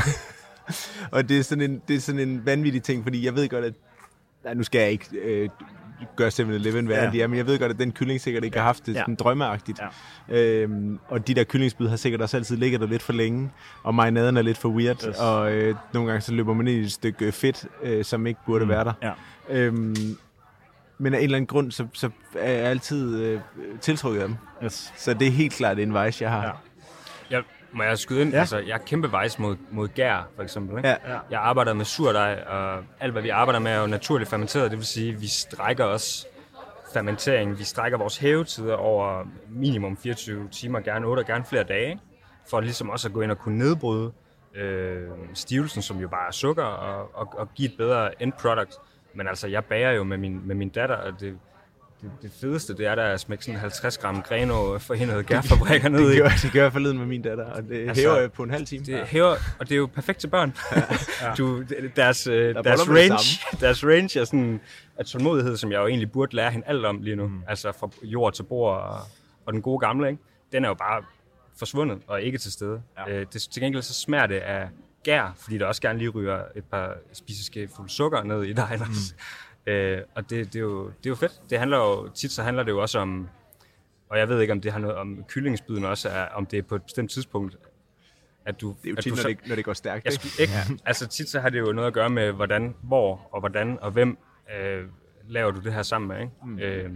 Og det er, sådan en, det er sådan en vanvittig ting, fordi jeg ved godt, at... Nej, nu skal jeg ikke øh, gøre seven eleven værre, ja. de er, men jeg ved godt, at den kylling sikkert ikke ja. har haft det ja. sådan drømmeagtigt. Ja. Øhm, og de der kyllingespyd har sikkert også altid ligget der lidt for længe, og marinaden er lidt for weird, yes. og øh, nogle gange så løber man ind i et stykke fedt, øh, som ikke burde mm. være der. Ja. Øhm, Men af en eller anden grund, så, så er jeg altid øh, tiltrukket af dem. Yes. Så det er helt klart en vice, jeg har. Ja. Jeg, må jeg skyde ind? Ja. Altså, jeg er kæmpe vice mod, mod gær, for eksempel. Ikke? Ja. Ja. Jeg arbejder med surdej, og alt, hvad vi arbejder med, er jo naturligt fermenteret. Det vil sige, at vi strækker også fermentering. Vi strækker vores hævetider over minimum fireogtyve timer, gerne otte og gerne flere dage, for ligesom også at gå ind og kunne nedbryde øh, stivelsen, som jo bare er sukker, og, og, og give et bedre end product. Men altså, jeg bager jo med min, med min datter, og det, det, det fedeste, det er der at smække sådan halvtreds gram Greno forhindrede gærfabrikker ned i. Det gør, det gør jeg forleden med min datter, og det altså, hæver jeg på en halv time. Det hæver, og det er jo perfekt til børn. Ja. Du, deres, Der deres, range, deres range er sådan af tålmodighed, som jeg jo egentlig burde lære hende alt om lige nu. Mm. Altså fra jord til bord, og, og den gode gamle, ikke? Den er jo bare forsvundet og ikke til stede. Ja. Øh, det, til gengæld så smager det af gær, fordi der også gerne lige ryger et par spiseskæb fuld sukker ned i dig. Mm. Øh, og det, det, er jo, det er jo fedt. Det handler jo, tit så handler det jo også om, og jeg ved ikke, om det har noget om kyllingesbyden også, er, om det er på et bestemt tidspunkt, at du... Det er jo tit, du, når, det, når det går stærkt. Ikke? Ikke? Ja. Altså tit så har det jo noget at gøre med, hvordan, hvor og hvordan og hvem øh, laver du det her sammen med. Ikke? Mm. Øh,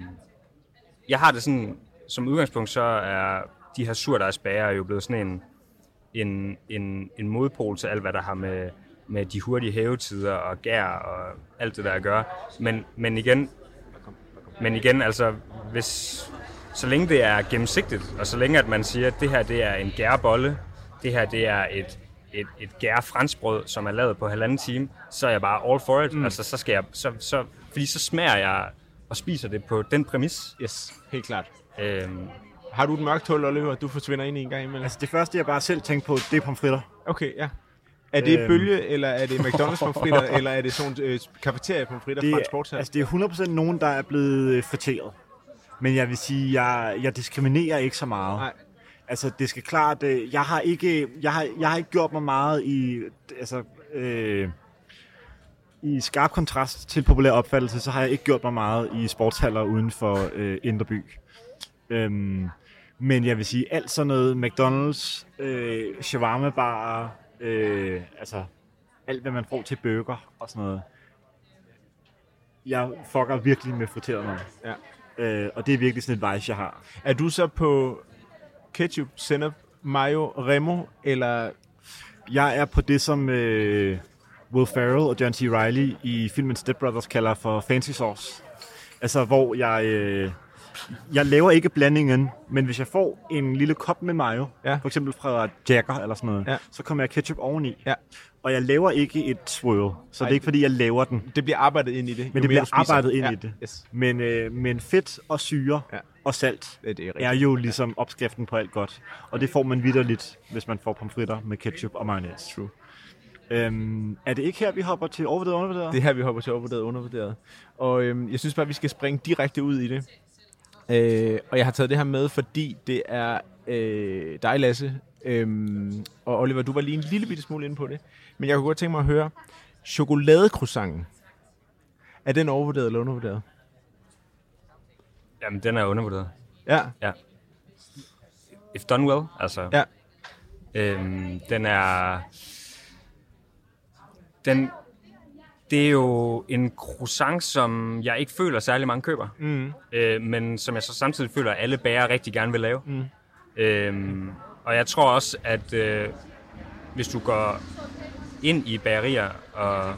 jeg har det sådan, som udgangspunkt, så er de her surdejsbager jo blevet sådan en En, en, en modpol til alt, hvad der har med, med de hurtige hævetider og gær og alt det der at gøre. Men, men igen, men igen, altså, hvis, så længe det er gennemsigtigt, og så længe at man siger, at det her det er en gærbolle, det her det er et, et, et gærfranskbrød, som er lavet på halvanden time, så er jeg bare all for it. Mm. Altså, så skal jeg, så, så, fordi så smager jeg og spiser det på den præmis. Yes, helt klart. Øhm, Har du et mørkt hul, Oliver, du forsvinder ind i en gang imellem? Altså det første, jeg bare selv tænker på, det er pomfritter. Okay, ja. Er det øhm. bølge, eller er det McDonald's pomfritter, eller er det sådan øh, cafeteria pomfritter fra en sportshal? Altså det er hundrede procent nogen, der er blevet friteret. Men jeg vil sige, jeg, jeg diskriminerer ikke så meget. Nej. Altså det skal klart, jeg har ikke, jeg har, jeg har ikke gjort mig meget i, altså, øh, i skarp kontrast til populær opfattelse, så har jeg ikke gjort mig meget i sportshaller uden for øh, Indre By. Øhm, men jeg vil sige, alt sådan noget McDonald's, øh, shawarma-barer, øh, altså alt hvad man får til burger og sådan noget. Jeg fucker virkelig med friteret mad. Ja. Øh, og det er virkelig sådan et vice, jeg har. Er du så på ketchup, sennep, mayo, remo, eller... Jeg er på det, som øh, Will Ferrell og John C. Reilly i filmen Step Brothers kalder for fancy sauce. Altså, hvor jeg... Øh, jeg laver ikke blandingen, men hvis jeg får en lille kop med mayo, ja. for eksempel fra Jagger eller sådan noget, ja. så kommer jeg ketchup oveni. Ja. Og jeg laver ikke et swirl, så Ej, det er ikke fordi, jeg laver den. Det bliver arbejdet ind i det. Men det bliver arbejdet ind ja. i det. Yes. Men, øh, men fedt og syre ja. og salt det er, er jo ligesom opskriften på alt godt. Og det får man vitterligt, hvis man får pomfritter med ketchup og mayonnaise. True. Øhm, er det ikke her, vi hopper til overvurderet og undervurderet? Det er her, vi hopper til overvurderet og undervurderet. Og øhm, jeg synes bare, vi skal springe direkte ud i det. Øh, og jeg har taget det her med, fordi det er øh, dig, Lasse. Øhm, og Oliver, du var lige en lille bitte smule inde på det. Men jeg kunne godt tænke mig at høre, chokoladecroissanten, er den overvurderet eller undervurderet? Jamen, den er undervurderet. Ja. Ja. If done well, altså. Ja. Øhm, den er... Den... Det er jo en croissant, som jeg ikke føler særlig mange køber. Mm. Øh, men som jeg så samtidig føler, at alle bager rigtig gerne vil lave. Mm. Øhm, og jeg tror også, at øh, hvis du går ind i bagerier og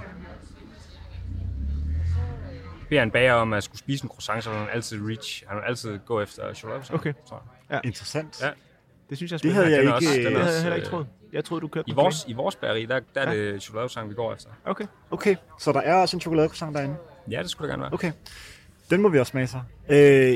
beder en bager om at skulle spise en croissant, så vil han altid reach. Han vil altid gå efter chokolade. Okay. Ja. Interessant. Ja. Det synes jeg er det havde jeg ikke, også, det havde også, jeg heller ikke troet. Jeg troede, du kørte i vores, i vores bageri, der, der er det ja. chokoladecroissant, vi går efter. Okay. Okay, så der er også en chokoladecroissant derinde? Ja, det skulle det gerne være. Okay, den må vi også smage sig. Øh,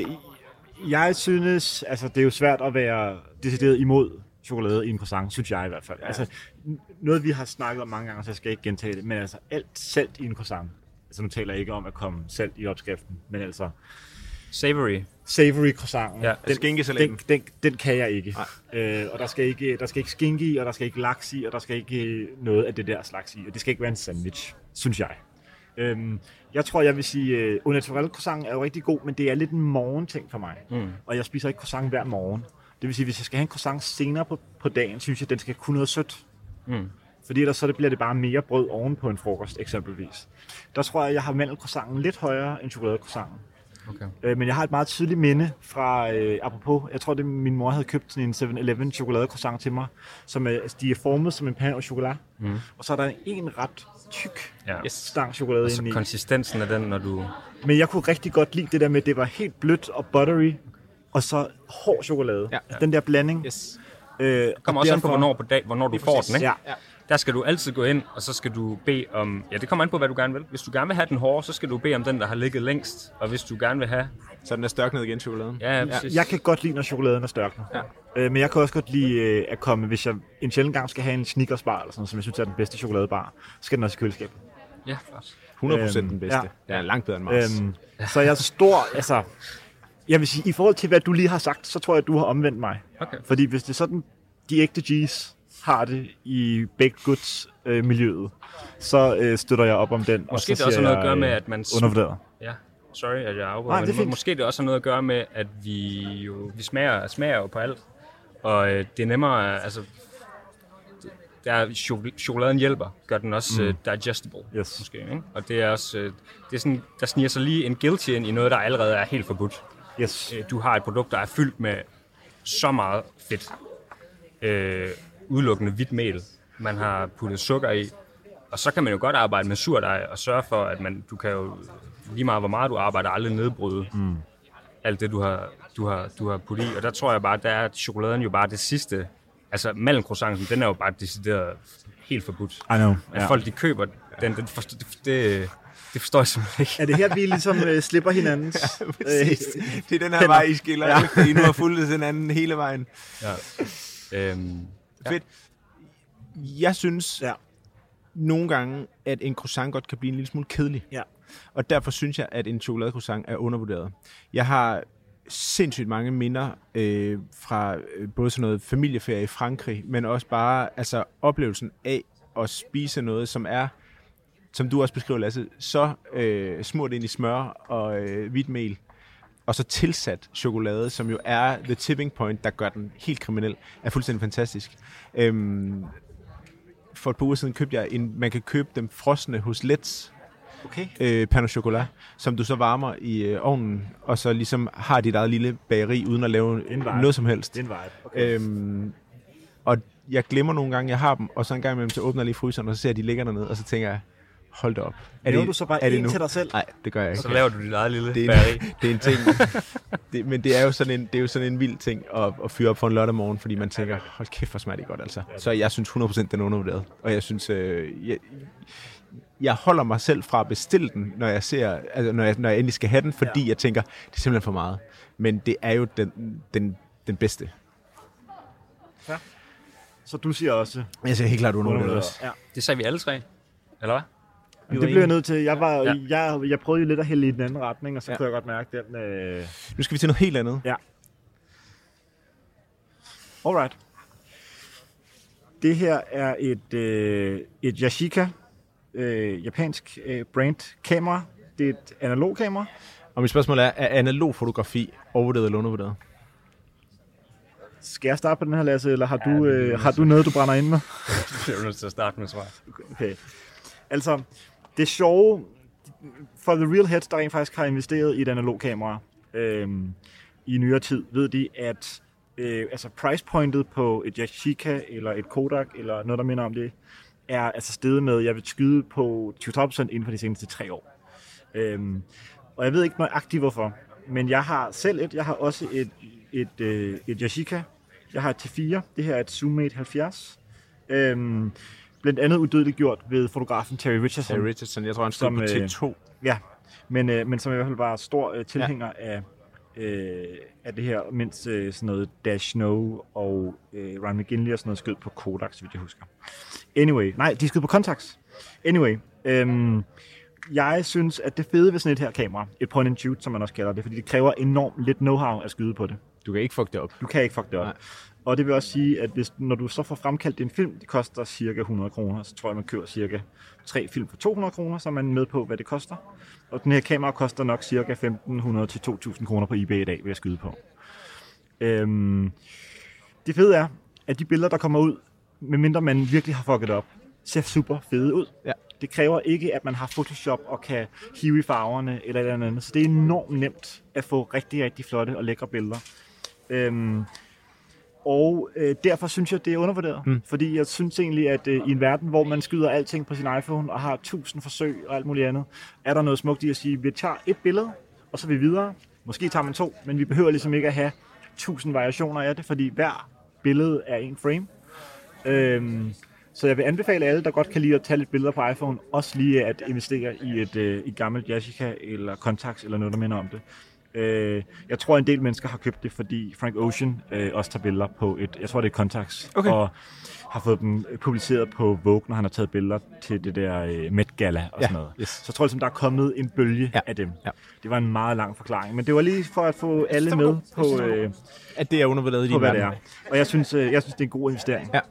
jeg synes, altså det er jo svært at være decideret imod chokolade i en croissant, synes jeg i hvert fald. Ja. Altså, noget vi har snakket om mange gange, så jeg skal ikke gentage det, men altså alt salt i en croissant, altså nu taler jeg ikke om at komme salt i opskriften, men altså... Savory. Savory croissanten. Ja, den, skinkesalaten. Den, den, den kan jeg ikke. Øh, og der skal ikke, der skal ikke skinke i, og der skal ikke laks i, og der skal ikke noget af det der slags i. Og det skal ikke være en sandwich, synes jeg. Øhm, jeg tror, jeg vil sige, uh, au naturel croissant er jo rigtig god, men det er lidt en morgenting for mig. Mm. Og jeg spiser ikke croissant hver morgen. Det vil sige, hvis jeg skal have en croissant senere på, på dagen, synes jeg, at den skal kunne noget sødt. Mm. Fordi ellers så bliver det bare mere brød oven på en frokost, eksempelvis. Der tror jeg, jeg har mandelcroissanten lidt højere end chokoladecroissanten. Okay. Øh, men jeg har et meget tydeligt minde fra, øh, apropos, jeg tror, det min mor havde købt sådan en seven eleven chokoladecroissant til mig, som er, de er formet som en pan au chocolat, mm. og så er der en ret tyk ja. stang chokolade altså inde i. Konsistensen af den, når du... Men jeg kunne rigtig godt lide det der med, at det var helt blødt og buttery, og så hård chokolade. Ja. Altså, den der blanding. Yes. Øh, det kommer også derfor... an på, hvornår, på dag, hvornår du får den, ikke? Ja. Ja. Der skal du altid gå ind, og så skal du bede om... Ja, det kommer an på, hvad du gerne vil. Hvis du gerne vil have den hårde, så skal du bede om den, der har ligget længst. Og hvis du gerne vil have... Så den er størknet igen, chokoladen? Ja, ja, præcis. Jeg kan godt lide, når chokoladen er størknet. Ja. Øh, men jeg kan også godt lide øh, at komme, hvis jeg en sjældent gang skal have en Snickers-bar, eller sådan, som jeg synes er den bedste chokoladebar, så skal den også i køleskabet. Ja, klart. hundrede procent øhm, den bedste. Ja. Ja, langt bedre end Mars. Øhm, så jeg er stor... altså, jeg vil sige, i forhold til, hvad du lige har sagt, så tror jeg, at du har omvendt mig. Okay. Fordi hvis det er sådan, de ægte G's har det i baked goods øh, miljøet, så øh, støtter jeg op om den. Måske og så det også har noget at gøre jeg, med, at man... Undervurderet. Ja, sorry, at jeg afbryder. Men måske det også har noget at gøre med, at vi jo vi smager, smager jo på alt. Og øh, det er nemmere, altså... Der chokoladen hjælper, gør den også mm. uh, digestible, yes. måske, ikke? Og det er også, uh, det er sådan, der sniger sig lige en guilty ind i noget, der allerede er helt forbudt. Yes. Uh, du har et produkt, der er fyldt med så meget fedt. Uh, udelukkende hvidt mel. Man har puttet sukker i. Og så kan man jo godt arbejde med surdej og sørge for, at man, du kan jo, lige meget hvor meget du arbejder, aldrig nedbryde mm. alt det, du har, du, har, du har puttet i. Og der tror jeg bare, der er chokoladen jo bare det sidste. Altså, mandelcroissanten, den er jo bare decideret helt forbudt. I know. At ja. folk, de køber den, den forstår, det, det, det forstår jeg simpelthen ikke. Er det her, vi ligesom uh, slipper hinandens? Ja, præcis. Det er den her vej, I skiller. Ja. I nu har fulgt hinanden hele vejen. Ja. Øhm, Fedt. Jeg synes ja. nogle gange, at en croissant godt kan blive en lille smule kedelig. Ja. Og derfor synes jeg, at en chokoladecroissant er undervurderet. Jeg har sindssygt mange minder øh, fra øh, både sådan noget familieferie i Frankrig, men også bare altså oplevelsen af at spise noget, som er, som du også beskriver, Lasse, så øh, smurt ind i smør og øh, hvidt mel, og så tilsat chokolade, som jo er the tipping point, der gør den helt kriminel, er fuldstændig fantastisk. Øhm, for et par uger siden købte jeg en, man kan købe dem frosne hos Let's, Okay. øh, pain au chocolat, som du så varmer i øh, ovnen, og så ligesom har dit eget lille bageri, uden at lave noget som helst. Det er en vibe. Okay. Øhm, og jeg glemmer nogle gange, jeg har dem, og så en gang imellem, så åbner jeg lige fryseren, og så ser jeg, de ligger dernede, og så tænker jeg, hold da op. Er det, du så bare en til dig selv? Nej, det gør jeg ikke. Så laver du dit eget lille det er bageri. en, det er en ting. det, men det er jo sådan en, det er jo sådan en vild ting at, at fyre op for en lørdag morgen, fordi man tænker, hold kæft, hvor smager det godt, altså. Så jeg synes hundrede procent, den er undervurderet. Og jeg synes, øh, jeg, jeg holder mig selv fra at bestille den, når jeg ser, altså når jeg, når jeg endelig skal have den, fordi ja. jeg tænker, det er simpelthen for meget. Men det er jo den, den, den bedste. Ja. Så du siger også... Jeg siger helt klart undervurderet også. Ja. Det sagde vi alle tre, eller hvad? Det bliver jeg nødt til. Jeg, var, ja. jeg, jeg prøvede jo lidt at hælde i den anden retning, og så ja. kunne jeg godt mærke den... Øh... Nu skal vi til noget helt andet. Ja. Alright. Det her er et, øh, et Yashica, øh, japansk øh, brand kamera. Det er et analog kamera. Og mit spørgsmål er, er analog fotografi overvurderet eller undervurderet? Skal jeg starte på den her, Lasse, eller har, ja, du, øh, har du noget, du brænder ind med? Det er nødt til at starte med, tror jeg. Okay. Altså, det sjove, for The Real Heads, der rent faktisk har investeret i et analog kamera øh, i nyere tid, ved de, at øh, altså price pointet på et Yashica eller et Kodak, eller noget, der minder om det, er altså steget med, jeg vil skyde på tyve til tredive procent inden for de seneste tre år. Øh, og jeg ved ikke nøjagtigt hvorfor, men jeg har selv et, jeg har også et, et, et, et Yashica. Jeg har et T fire, det her er et Zoommate halvfjerds. Øhm, blandt andet udødeligt gjort ved fotografen Terry Richardson. Terry Richardson, jeg tror han stod på T to. Ja, men, øh, men som i hvert fald var stor øh, tilhænger ja. af, øh, af det her, mens øh, sådan noget Dash Snow og øh, Ryan McGinley og sådan noget skød på Kodak, så vidt jeg husker. Anyway, nej, de skød på Contax. Anyway, øhm, jeg synes, at det fede ved sådan et her kamera, et point and shoot, som man også kalder det, fordi det kræver enormt lidt know-how at skyde på det. Du kan ikke fuck det op. Du kan ikke fuck det op. Nej. Og det vil også sige, at hvis, når du så får fremkaldt din film, det koster cirka hundrede kroner, så tror jeg, man kører cirka tre film for to hundrede kroner, så er man med på, hvad det koster. Og den her kamera koster nok cirka femten hundrede til to tusind kroner på eBay i dag, vil jeg skyde på. Øhm, det fede er, at de billeder, der kommer ud, medmindre man virkelig har fucket op, ser super fede ud. Ja. Det kræver ikke, at man har Photoshop og kan hive i farverne eller et eller andet. Så det er enormt nemt at få rigtig, rigtig flotte og lækre billeder. Øhm, og øh, derfor synes jeg, det er undervurderet. Mm. Fordi jeg synes egentlig, at øh, i en verden, hvor man skyder alting på sin iPhone og har tusind forsøg og alt muligt andet, er der noget smukt i at sige, at vi tager et billede, og så er vi videre. Måske tager man to, men vi behøver ligesom ikke at have tusind variationer af det, fordi hver billede er en frame. Øhm, Så jeg vil anbefale alle, der godt kan lide at tage lidt billeder på iPhone, også lige at investere i et, øh, et gammelt Yashica eller Contax eller noget, der minder om det. Øh, jeg tror, en del mennesker har købt det, fordi Frank Ocean øh, også tager billeder på et, jeg tror, det er Contax, okay. Og har fået dem publiceret på Vogue, når han har taget billeder til det der øh, Met Gala og ja, sådan noget. Yes. Så jeg tror ligesom, der er kommet en bølge ja. af dem. Ja. Det var en meget lang forklaring, men det var lige for at få alle med på, øh, at det er undervurderet i din verden. Det er. Og jeg synes, øh, jeg synes, det er en god investering. Ja.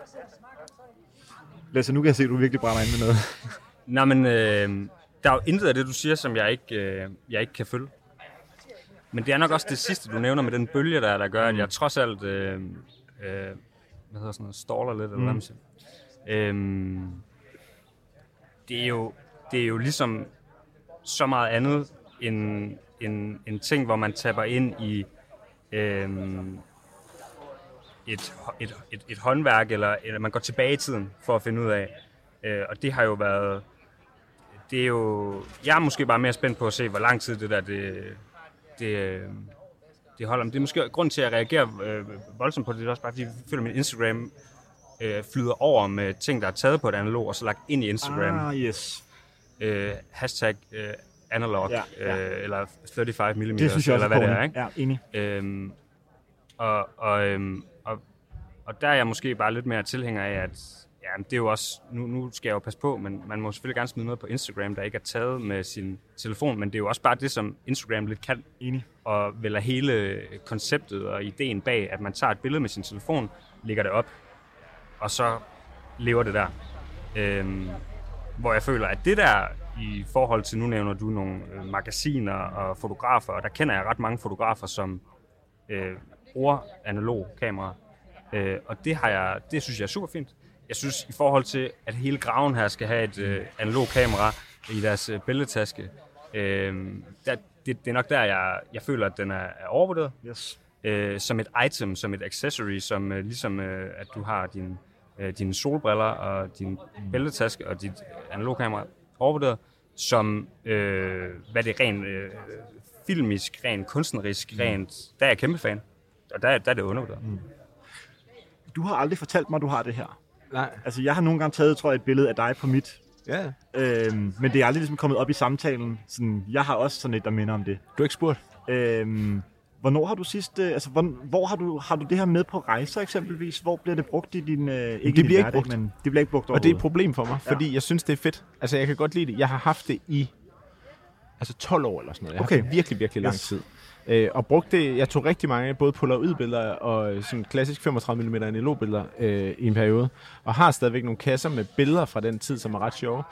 Lasse, nu kan jeg se, at du virkelig brænder ind med noget. Nej, men øh, der er jo intet af det, du siger, som jeg ikke, øh, jeg ikke kan følge. Men det er nok også det sidste, du nævner med den bølge, der, der gør, at jeg trods alt øh, øh, hvad hedder sådan noget, staller lidt, eller mm. hvad man siger. Øh, det, er jo, det er jo ligesom så meget andet end en, en ting, hvor man tapper ind i øh, et, et, et, et håndværk, eller, eller man går tilbage i tiden for at finde ud af. Øh, og det har jo været... Det er jo... Jeg er måske bare mere spændt på at se, hvor lang tid det der... Det, det, det holder. Men det er måske grund til, at jeg reagerer øh, voldsomt på det. Det er også bare, fordi jeg føler, at min Instagram øh, flyder over med ting, der er taget på et analog, og så lagt ind i Instagram. Ah, yes. Øh, hashtag øh, analog, ja, ja. Øh, eller femogtredive millimeter, det synes jeg eller hvad det er, ikke? Ja, enig. Øhm, og, og, øhm, og, og der er jeg måske bare lidt mere tilhænger af, at ja, det er jo også, nu, nu skal jeg jo passe på, men man må selvfølgelig gerne smide noget på Instagram, der ikke er taget med sin telefon, men det er jo også bare det, som Instagram lidt kan. Enig. Og vel er hele konceptet og ideen bag, at man tager et billede med sin telefon, lægger det op, og så lever det der. Øhm, hvor jeg føler, at det der i forhold til, nu nævner du nogle øh, magasiner og fotografer, og der kender jeg ret mange fotografer, som øh, bruger analog kamera, øh, og det, har jeg, det synes jeg er super fint. Jeg synes, i forhold til, at hele graven her skal have et øh, analog kamera, i deres øh, billedtaske. Øh, der, det, det er nok der, jeg, jeg føler, at den er, er overvurderet. Yes. Øh, som et item, som et accessory, som øh, ligesom øh, at du har din, øh, dine solbriller og din billedtaske og dit analogkamera overvurderet, som øh, hvad det er rent øh, filmisk, rent kunstnerisk, mm. rent, der er jeg kæmpe fan. Og der, der er det undervurderet. Mm. Du har aldrig fortalt mig, at du har det her. Nej. Altså, jeg har nogle gange taget, tror jeg, et billede af dig på mit. Ja. Øhm, men det er aldrig ligesom kommet op i samtalen. Sådan, jeg har også sådan et, der minder om det. Du har ikke spurgt? Øhm, hvornår har du sidst... Øh, altså, hvor, hvor har du, har du det her med på rejser eksempelvis? Hvor bliver det brugt i din... Øh, ikke det bliver hverdag, ikke brugt. Men det bliver ikke brugt og det er et problem for mig, fordi ja. jeg synes, det er fedt. Altså, jeg kan godt lide det. Jeg har haft det i altså tolv år eller sådan noget. Jeg okay. har haft det virkelig, virkelig lang yes. tid. Øh, og brugte det, jeg tog rigtig mange, både polaroid-billeder og sådan klassisk femogtredive millimeter analog-billeder øh, i en periode, og har stadigvæk nogle kasser med billeder fra den tid, som er ret sjove.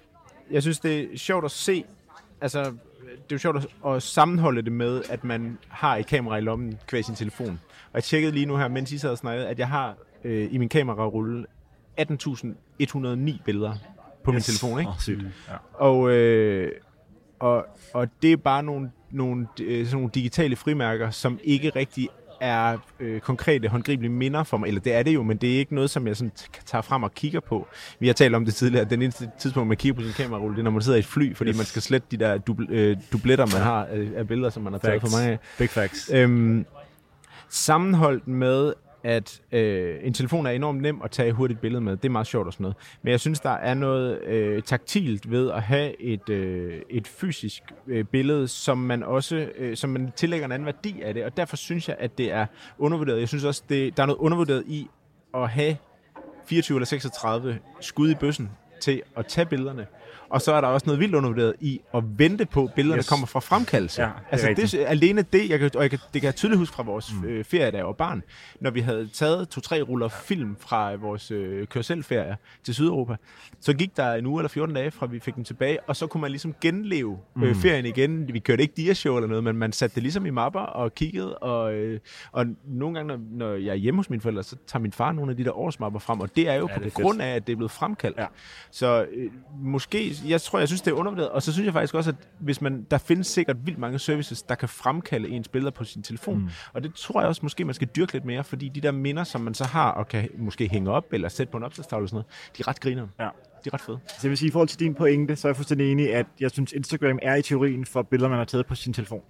Jeg synes, det er sjovt at se, altså, det er jo sjovt at, at sammenholde det med, at man har et kamera i lommen kvæg sin telefon. Og jeg tjekkede lige nu her, mens I sad og snakkede, at jeg har øh, i min kamerarulle atten tusind et hundrede og ni billeder på yes. min telefon, ikke? Oh, sygt. Ja. Og, øh, og, og det er bare nogle nogle, øh, sådan nogle digitale frimærker, som ikke rigtig er øh, konkrete, håndgribelige minder for mig. Eller det er det jo, men det er ikke noget, som jeg sådan tager frem og kigger på. Vi har talt om det tidligere, at den eneste tidspunkt, man kigger på sin kamerarulle, det er, når man sidder i et fly, fordi yes. man skal slette de der dubl- øh, dubletter, man har af, af billeder, som man har taget facts. for mange af. Big facts. Øhm, sammenholdt med, at øh, en telefon er enormt nem at tage hurtigt billede med. Det er meget sjovt og sådan noget. Men jeg synes, der er noget øh, taktilt ved at have et, øh, et fysisk øh, billede, som man også øh, som man tillægger en anden værdi af det. Og derfor synes jeg, at det er undervurderet. Jeg synes også, det, der er noget undervurderet i at have fireogtyve eller seksogtredive skud i bøssen til at tage billederne. Og så er der også noget vildt undervurderet i at vente på, at billederne yes. kommer fra fremkaldelse. Ja, det altså det, alene det, jeg kan, og jeg kan, det kan jeg tydeligt huske fra vores mm. øh, ferie, da jeg var barn, når vi havde taget to-tre ruller film fra vores øh, køreselferie til Sydeuropa, så gik der en uge eller fjorten dage, fra vi fik dem tilbage, og så kunne man ligesom genleve øh, mm. ferien igen. Vi kørte ikke diashow eller noget, men man satte det ligesom i mapper og kiggede, og, øh, og nogle gange, når, når jeg er hjemme hos mine forældre, så tager min far nogle af de der årsmapper frem, og det er jo ja, på grund af, at det er blevet fremkaldt. Ja. Så øh, måske, jeg tror, jeg synes, det er undervurderet, og så synes jeg faktisk også, at hvis man, der findes sikkert vildt mange services, der kan fremkalde ens billeder på sin telefon, mm. og det tror jeg også, måske man skal dyrke lidt mere, fordi de der minder, som man så har, og kan måske hænge op, eller sætte på en opslagstavle og sådan noget, de er ret griner. Ja. De er ret fede. Så jeg vil sige, i forhold til din pointe, så er jeg fuldstændig enig, at jeg synes, Instagram er i teorien for billeder, man har taget på sin telefon.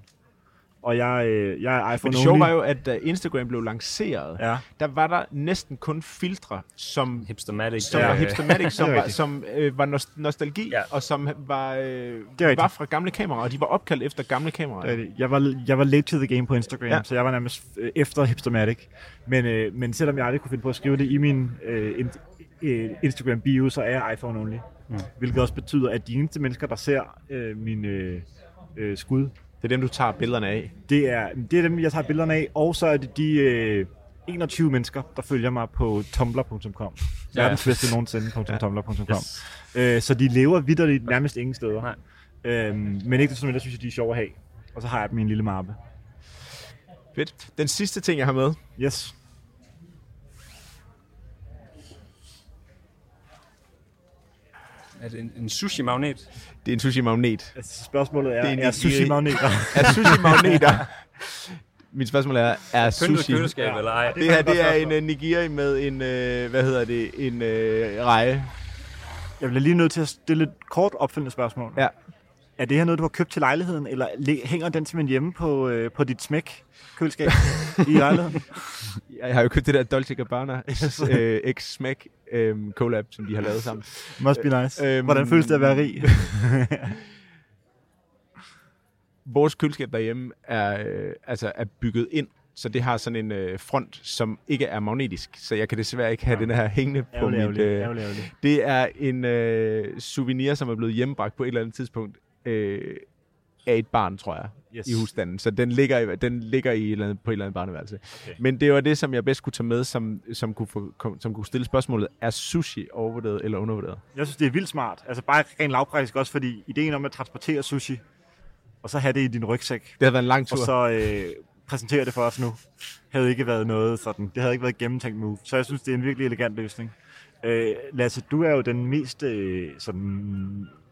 Og jeg, øh, jeg er iPhone only. Men det sjove var jo, at da Instagram blev lanceret, ja. der var der næsten kun filtre, som Hipstermatic, som ja. var, hipstermatic, som var, som, øh, var nost- nostalgi, ja. og som var, øh, var fra gamle kameraer, og de var opkaldt efter gamle kameraer. Jeg var, jeg var late to the game på Instagram, ja. så jeg var nærmest efter Hipstermatic. Men, øh, men selvom jeg aldrig kunne finde på at skrive det i min øh, in, øh, Instagram-bio, så er jeg iPhone only. Mm. Hvilket også betyder, at de eneste mennesker, der ser øh, min øh, øh, skud, det er dem, du tager billederne af? Det er, det er dem, jeg tager billederne af, og så er det de øh, enogtyve mennesker, der følger mig på tumblr punktum com. Ja. Verdens bedste nogensinde på ja. tumblr punktum com. Yes. Øh, så de lever vitterligt nærmest ingen steder. Nej. Øhm, men ikke sådan, jeg synes, at de er sjove at have. Og så har jeg dem i en lille mappe. Fedt. Den sidste ting, jeg har med. Yes. Er det en, en sushi-magnet? Det er en sushi-magnet. Altså, spørgsmålet er, det er, er sushi-magneter? er sushi-magneter? Mit spørgsmål er, er sushi... køleskab, ja. eller ej? Det her, det er en uh, nigiri med en, uh, hvad hedder det, en uh, reje. Jeg bliver lige nødt til at stille et kort opfølgende spørgsmål. Ja. Er det her noget, du har købt til lejligheden, eller hænger den simpelthen hjemme på, øh, på dit smæk-køleskab i lejligheden? Jeg har jo købt det der Dolce Gabbana øh, X-Smæk øh, collab, som de har lavet sammen. Must be nice. Øhm, Hvordan føles det at være rig? Vores køleskab derhjemme er, øh, altså er bygget ind, så det har sådan en øh, front, som ikke er magnetisk, så jeg kan desværre ikke have ja. den her hængende på ærgerlig, mit... Øh, ærgerlig, ærgerlig. Det er en øh, souvenir, som er blevet hjemmebragt på et eller andet tidspunkt øh, af et barn, tror jeg, yes. i husstanden. Så den ligger, i, den ligger i et eller andet, på et eller andet barneværelse. Okay. Men det var det, som jeg bedst kunne tage med, som, som, kunne, få, som kunne stille spørgsmålet, er sushi overvurderet eller undervurderet? Jeg synes, det er vildt smart. Altså bare rent lavpraktisk også, fordi ideen om at transportere sushi, og så have det i din rygsæk. Det havde været en lang tur. Og så øh, præsentere det for os nu, havde ikke været noget sådan. Det havde ikke været et gennemtænkt move. Så jeg synes, det er en virkelig elegant løsning. Øh, Lasse, du er jo den mest øh, sådan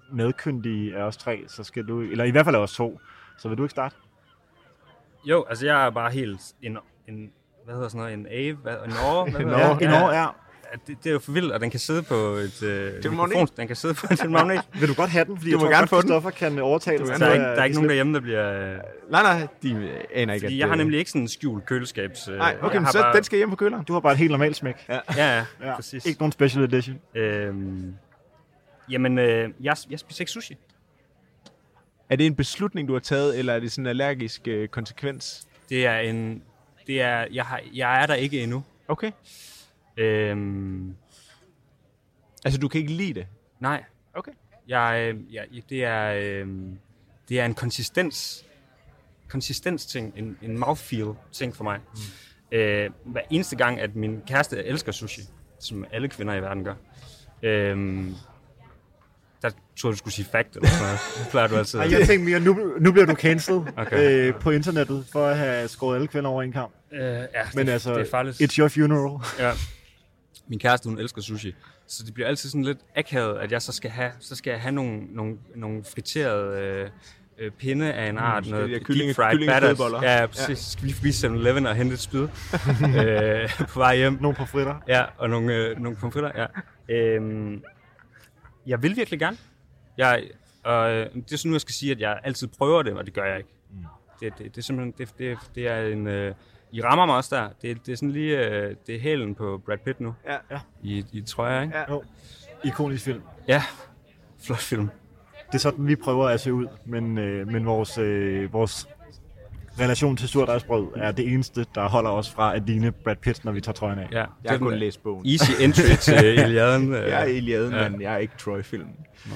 medkyndige af os tre, så skal du, eller i hvert fald af os to, så vil du ikke starte? Jo, altså jeg er bare helt en, en hvad hedder sådan noget, en A, hvad, en år, hvad En hedder år, det? en år er. Det, det er jo for vildt, og den kan sidde på et øh, mikrofon. Den kan sidde på en magnet. Vil du godt have den? Fordi Du jeg må tror gerne godt, få den. Christoffer kan overtale dig. Der er ikke, der er ikke nogen derhjemme, der bliver... Øh, Nej, nej, de aner ikke, fordi at... jeg har nemlig ikke sådan en skjult køleskabs... Øh, Nej, okay, jeg men har så bare, den skal hjem på køleren. Du har bare et helt normalt smæk. Ja. Ja, ja, Ja, præcis. ikke nogen special edition. Øhm, jamen, øh, jeg, jeg spiser ikke sushi. Er det en beslutning, du har taget, eller er det sådan en allergisk øh, konsekvens? Det er en... Det er... Jeg, har, jeg er der ikke endnu. Okay. Øhm, Altså, du kan ikke lide det? nej. Okay. Jeg, øh, jeg, det er... Øh, det er en konsistens... Konsistens ting. En, en mouthfeel ting for mig. Mm. Øh, hver eneste gang, at min kæreste elsker sushi, som alle kvinder i verden gør, øh, der tror jeg, du skulle sige fact eller sådan noget. Det plejer du altid. Ej, jeg tænkte mere, nu, nu bliver du cancelled Okay. øh, på internettet for at have skåret alle kvinder over en kamp. Øh, ja, Men det, altså, det er farligt. it's your funeral. Ja. Min kæreste, hun elsker sushi. Så det bliver altid sådan lidt akavet, at jeg så skal have, så skal jeg have nogle, nogle, nogle friterede øh, øh, pinde af en art. Mm, noget de der deep kyllinge- fried kyllingeflødeboller. batter. Ja, præcis. Ja. Så skal vi forbi seven eleven og hente et spyd øh, på vej hjem. Nogle på fritter. Ja, og nogle, øh, nogle pomfritter, ja. Øhm, jeg vil virkelig gerne. Jeg, og øh, det er sådan nu, jeg skal sige, at jeg altid prøver det, og det gør jeg ikke. Mm. Det, det, det er simpelthen, det, det, det er en... Øh, I rammer mig også der. Det, det er sådan lige, øh, det er hælen på Brad Pitt nu. Ja. Ja. I, i trøjer, ikke? Ja. Jo. Ikonisk film. Ja. Flot film. Det er sådan, vi prøver at se ud, men, øh, men vores, øh, vores relation til surdejsbrød er det eneste, der holder os fra at ligne Brad Pitt, når vi tager trøjen af. Ja. Jeg har kun læst bogen. Easy entry til Iliaden. Jeg er Iliaden, Ja. men jeg er ikke Troy-filmen.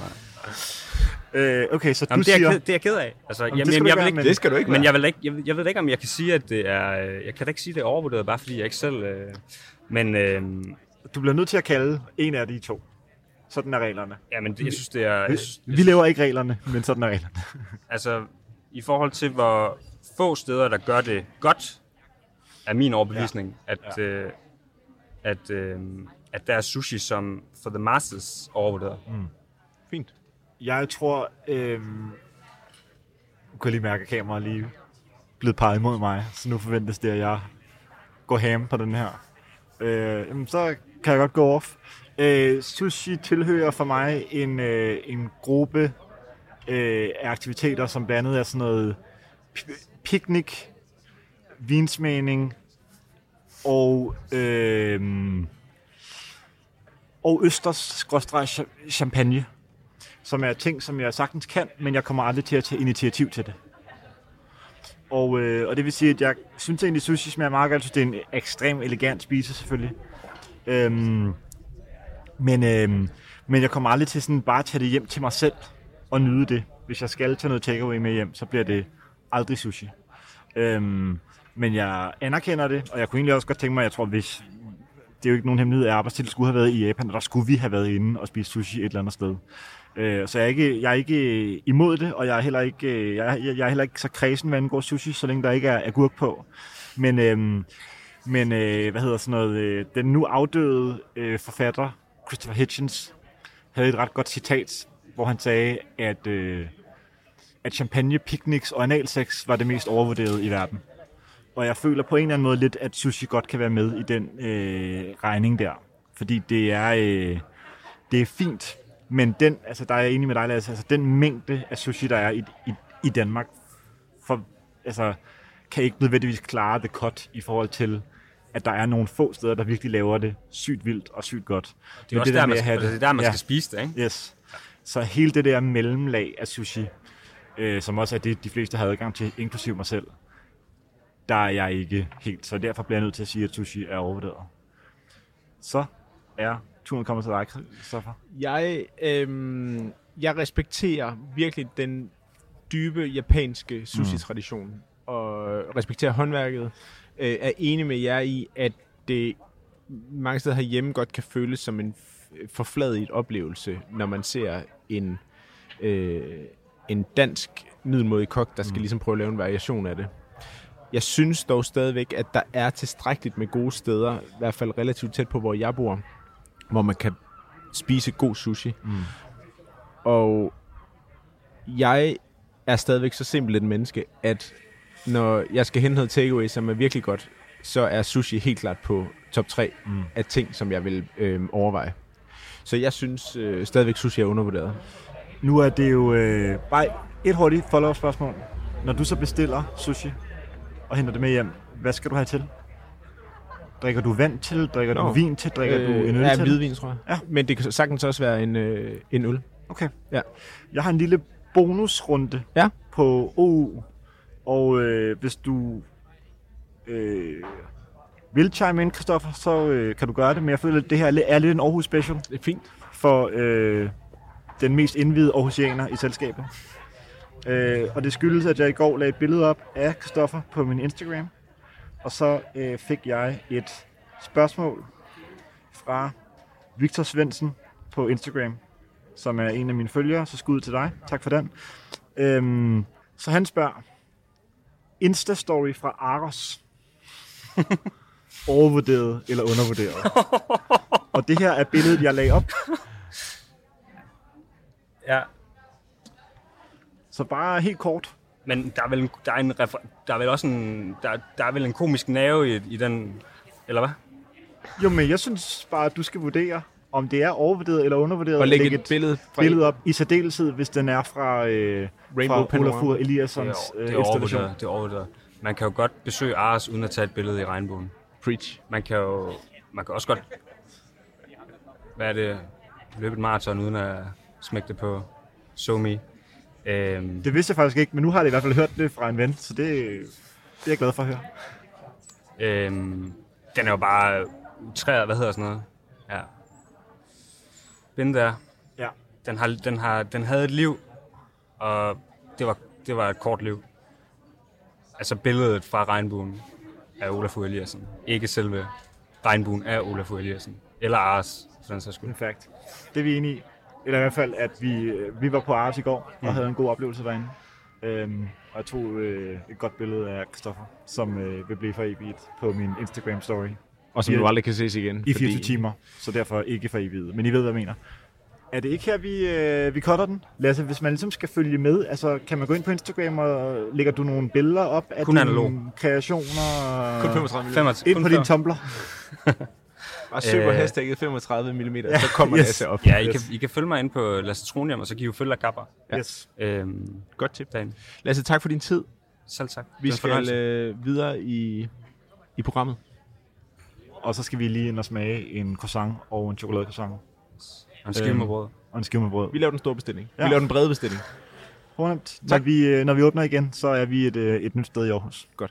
Øh, okay, så Jamen, du det, er siger... jeg ked, det er jeg ked af. Altså, Jamen, jamen, det skal du jeg ikke vil være, ikke, men- Det skal du ikke men være. jeg, vil ikke, jeg, jeg ved ikke, om jeg kan sige, at det er... Jeg kan da ikke sige, at det er overvurderet, bare fordi jeg ikke selv... Øh, men øh, Du bliver nødt til at kalde en af de to. Sådan er reglerne. jamen, det, jeg synes, det er... Jeg, synes- Vi laver ikke reglerne, men sådan er reglerne. altså, i forhold til, hvor få steder, der gør det godt, er min overbevisning, ja. at, Ja. øh, at, øh, at der er sushi som for the masses overvurderet. Mm. Fint. Jeg tror... Øh... Du kan lige mærke, at kameraet lige blevet peget imod mig, så nu forventes det, at jeg går ham på den her. Øh, jamen, så kan jeg godt gå off. Øh, sushi tilhører for mig en, øh, en gruppe øh, af aktiviteter, som blandt andet er sådan noget pi- picnic, vinsmagning og, øh, og østers-champagne, som er ting, som jeg sagtens kan, men jeg kommer aldrig til at tage initiativ til det. Og, øh, og det vil sige, at jeg synes egentlig, sushi smager meget godt. Jeg synes, det er en ekstrem elegant spise, selvfølgelig. Øhm, men, øhm, men jeg kommer aldrig til sådan bare at tage det hjem til mig selv og nyde det. Hvis jeg skal tage noget takeaway med hjem, så bliver det aldrig sushi. Øhm, men jeg anerkender det, og jeg kunne egentlig også godt tænke mig, jeg tror, hvis... Det er jo ikke nogen hemmelighed, at arbejdstitel skulle have været i Japan, og der skulle vi have været inde og spise sushi et eller andet sted. Øh, så jeg er, ikke, jeg er ikke imod det, og jeg er heller ikke, jeg er, jeg er heller ikke så kredsen, hvad angår sushi, så længe der ikke er agurk på. Men, øhm, men øh, hvad hedder sådan noget, øh, den nu afdøde øh, forfatter, Christopher Hitchens, havde et ret godt citat, hvor han sagde, at, øh, at champagne, picnics og analsex var det mest overvurderede i verden. Og jeg føler på en eller anden måde lidt, at sushi godt kan være med i den øh, regning der. Fordi det er, øh, det er fint, men den, altså der er jeg enig med dig, Lasse, altså den mængde af sushi, der er i, i, i Danmark, for, altså, kan ikke nødvendigvis klare det cut i forhold til, at der er nogle få steder, der virkelig laver det sygt vildt og sygt godt. Det er også det der, med man at have skal, det er der, man ja. skal spise det, ikke? Yes. Så hele det der mellemlag af sushi, øh, som også er det, de fleste har adgang til, inklusive mig selv, der er jeg ikke helt. Så derfor bliver jeg nødt til at sige, at sushi er overvurderet. Så er turen kommer til dig, Christoffer. Jeg, øhm, jeg respekterer virkelig den dybe japanske sushi-tradition, mm. og respekterer håndværket. Øh, er enig med jer i, at det mange steder herhjemme godt kan føles som en forfladiget oplevelse, når man ser en, øh, en dansk middelmådig kok, der skal mm. ligesom prøve at lave en variation af det. Jeg synes dog stadigvæk, at der er tilstrækkeligt med gode steder, i hvert fald relativt tæt på, hvor jeg bor, hvor man kan spise god sushi. Mm. Og jeg er stadigvæk så simpelt et menneske, at når jeg skal hente noget takeaway, som er virkelig godt, så er sushi helt klart på top tre mm. af ting, som jeg vil øh, overveje. Så jeg synes øh, stadigvæk, sushi er undervurderet. Nu er det jo øh, bare et hurtigt follow-up spørgsmål. Når du så bestiller sushi og henter det med hjem, hvad skal du have til? Drikker du vand til? Drikker Nå. du vin til? Drikker øh, du en øl ja, til? Ja, hvidvin, tror jeg. Ja. Men det kan sagtens også være en, øh, en øl. Okay. Ja. Jeg har en lille bonusrunde ja. på O U. Og øh, hvis du øh, vil chime ind, Christoffer, så øh, kan du gøre det. Men jeg føler, at det her er lidt en Aarhus special. Det er fint. For øh, den mest indvidede aarhusianer i selskabet. Øh, og det skyldes, at jeg i går lagde et billede op af Christoffer på min Instagram. Og så øh, fik jeg et spørgsmål fra Victor Svendsen på Instagram, som er en af mine følgere, så skud til dig. Tak for den. Øhm, så han spørger, Insta-story fra Aros. Overvurderet eller undervurderet? Og det her er billedet, jeg lagde op. Ja. Så bare helt kort. Men der er vel, der er en refer- der er vel også en, der, der er vel en komisk nerve i, i den, eller hvad? Jo, men jeg synes bare, at du skal vurdere, om det er overvurderet eller undervurderet. Og lægge et, et billede, billede op, i særdeleshed, hvis den er fra, øh, fra Olafur Eliassons øh, installation. Det er overvurderet. Man kan jo godt besøge Aros uden at tage et billede i regnbuen. Preach. Man kan jo, man kan også godt, hvad er det, løbe et maraton uden at smække det på SoMe. Øhm. Det vidste jeg faktisk ikke, men nu har jeg i hvert fald hørt det fra en ven, så det, det er jeg glad for at høre. Øhm, den er jo bare træet, hvad hedder sådan noget? Ja. Den der. Ja. Den, har, den, har, den havde et liv, og det var, det var et kort liv. Altså billedet fra regnbuen af Olafur Eliasson. Ikke selve regnbuen af Olafur Eliasson. Eller Aros, for den sags skyld. In fact. Det er vi enige i. Eller i hvert fald, at vi, vi var på Aros i går og mm. havde en god oplevelse derinde. Øhm, og jeg tog øh, et godt billede af Christoffer, som øh, vil blive for evigt på min Instagram-story. Og som I, du aldrig kan ses igen. I fireogtyve timer, så derfor ikke for evigt. Men I ved, hvad jeg mener. Er det ikke her, vi, øh, vi cutter den? Lasse, hvis man ligesom skal følge med, altså kan man gå ind på Instagram og lægger du nogle billeder op af kun dine analog. kreationer? Kun femogtredive millimeter. Ind på din Tumblr. Bare søg på hashtagget femogtredive millimeter, ja, så kommer yes. Lasse op. Ja, I kan, I kan følge mig ind på Lasse Tronium, og så kan I jo følge Kapper. Ja. Yes. Øhm, Godt tip. Dagen. Lasse, tak for din tid. Selv tak. Vi skal øh, videre i, i programmet. Og så skal vi lige ind og smage en croissant og en chokoladecroissant. Og en skive med brød. Og en skive med brød. Vi laver den store bestilling. Ja. Vi laver den brede bestilling. Fornemt. Når vi, når vi åbner igen, så er vi et, et nyt sted i Aarhus. Godt.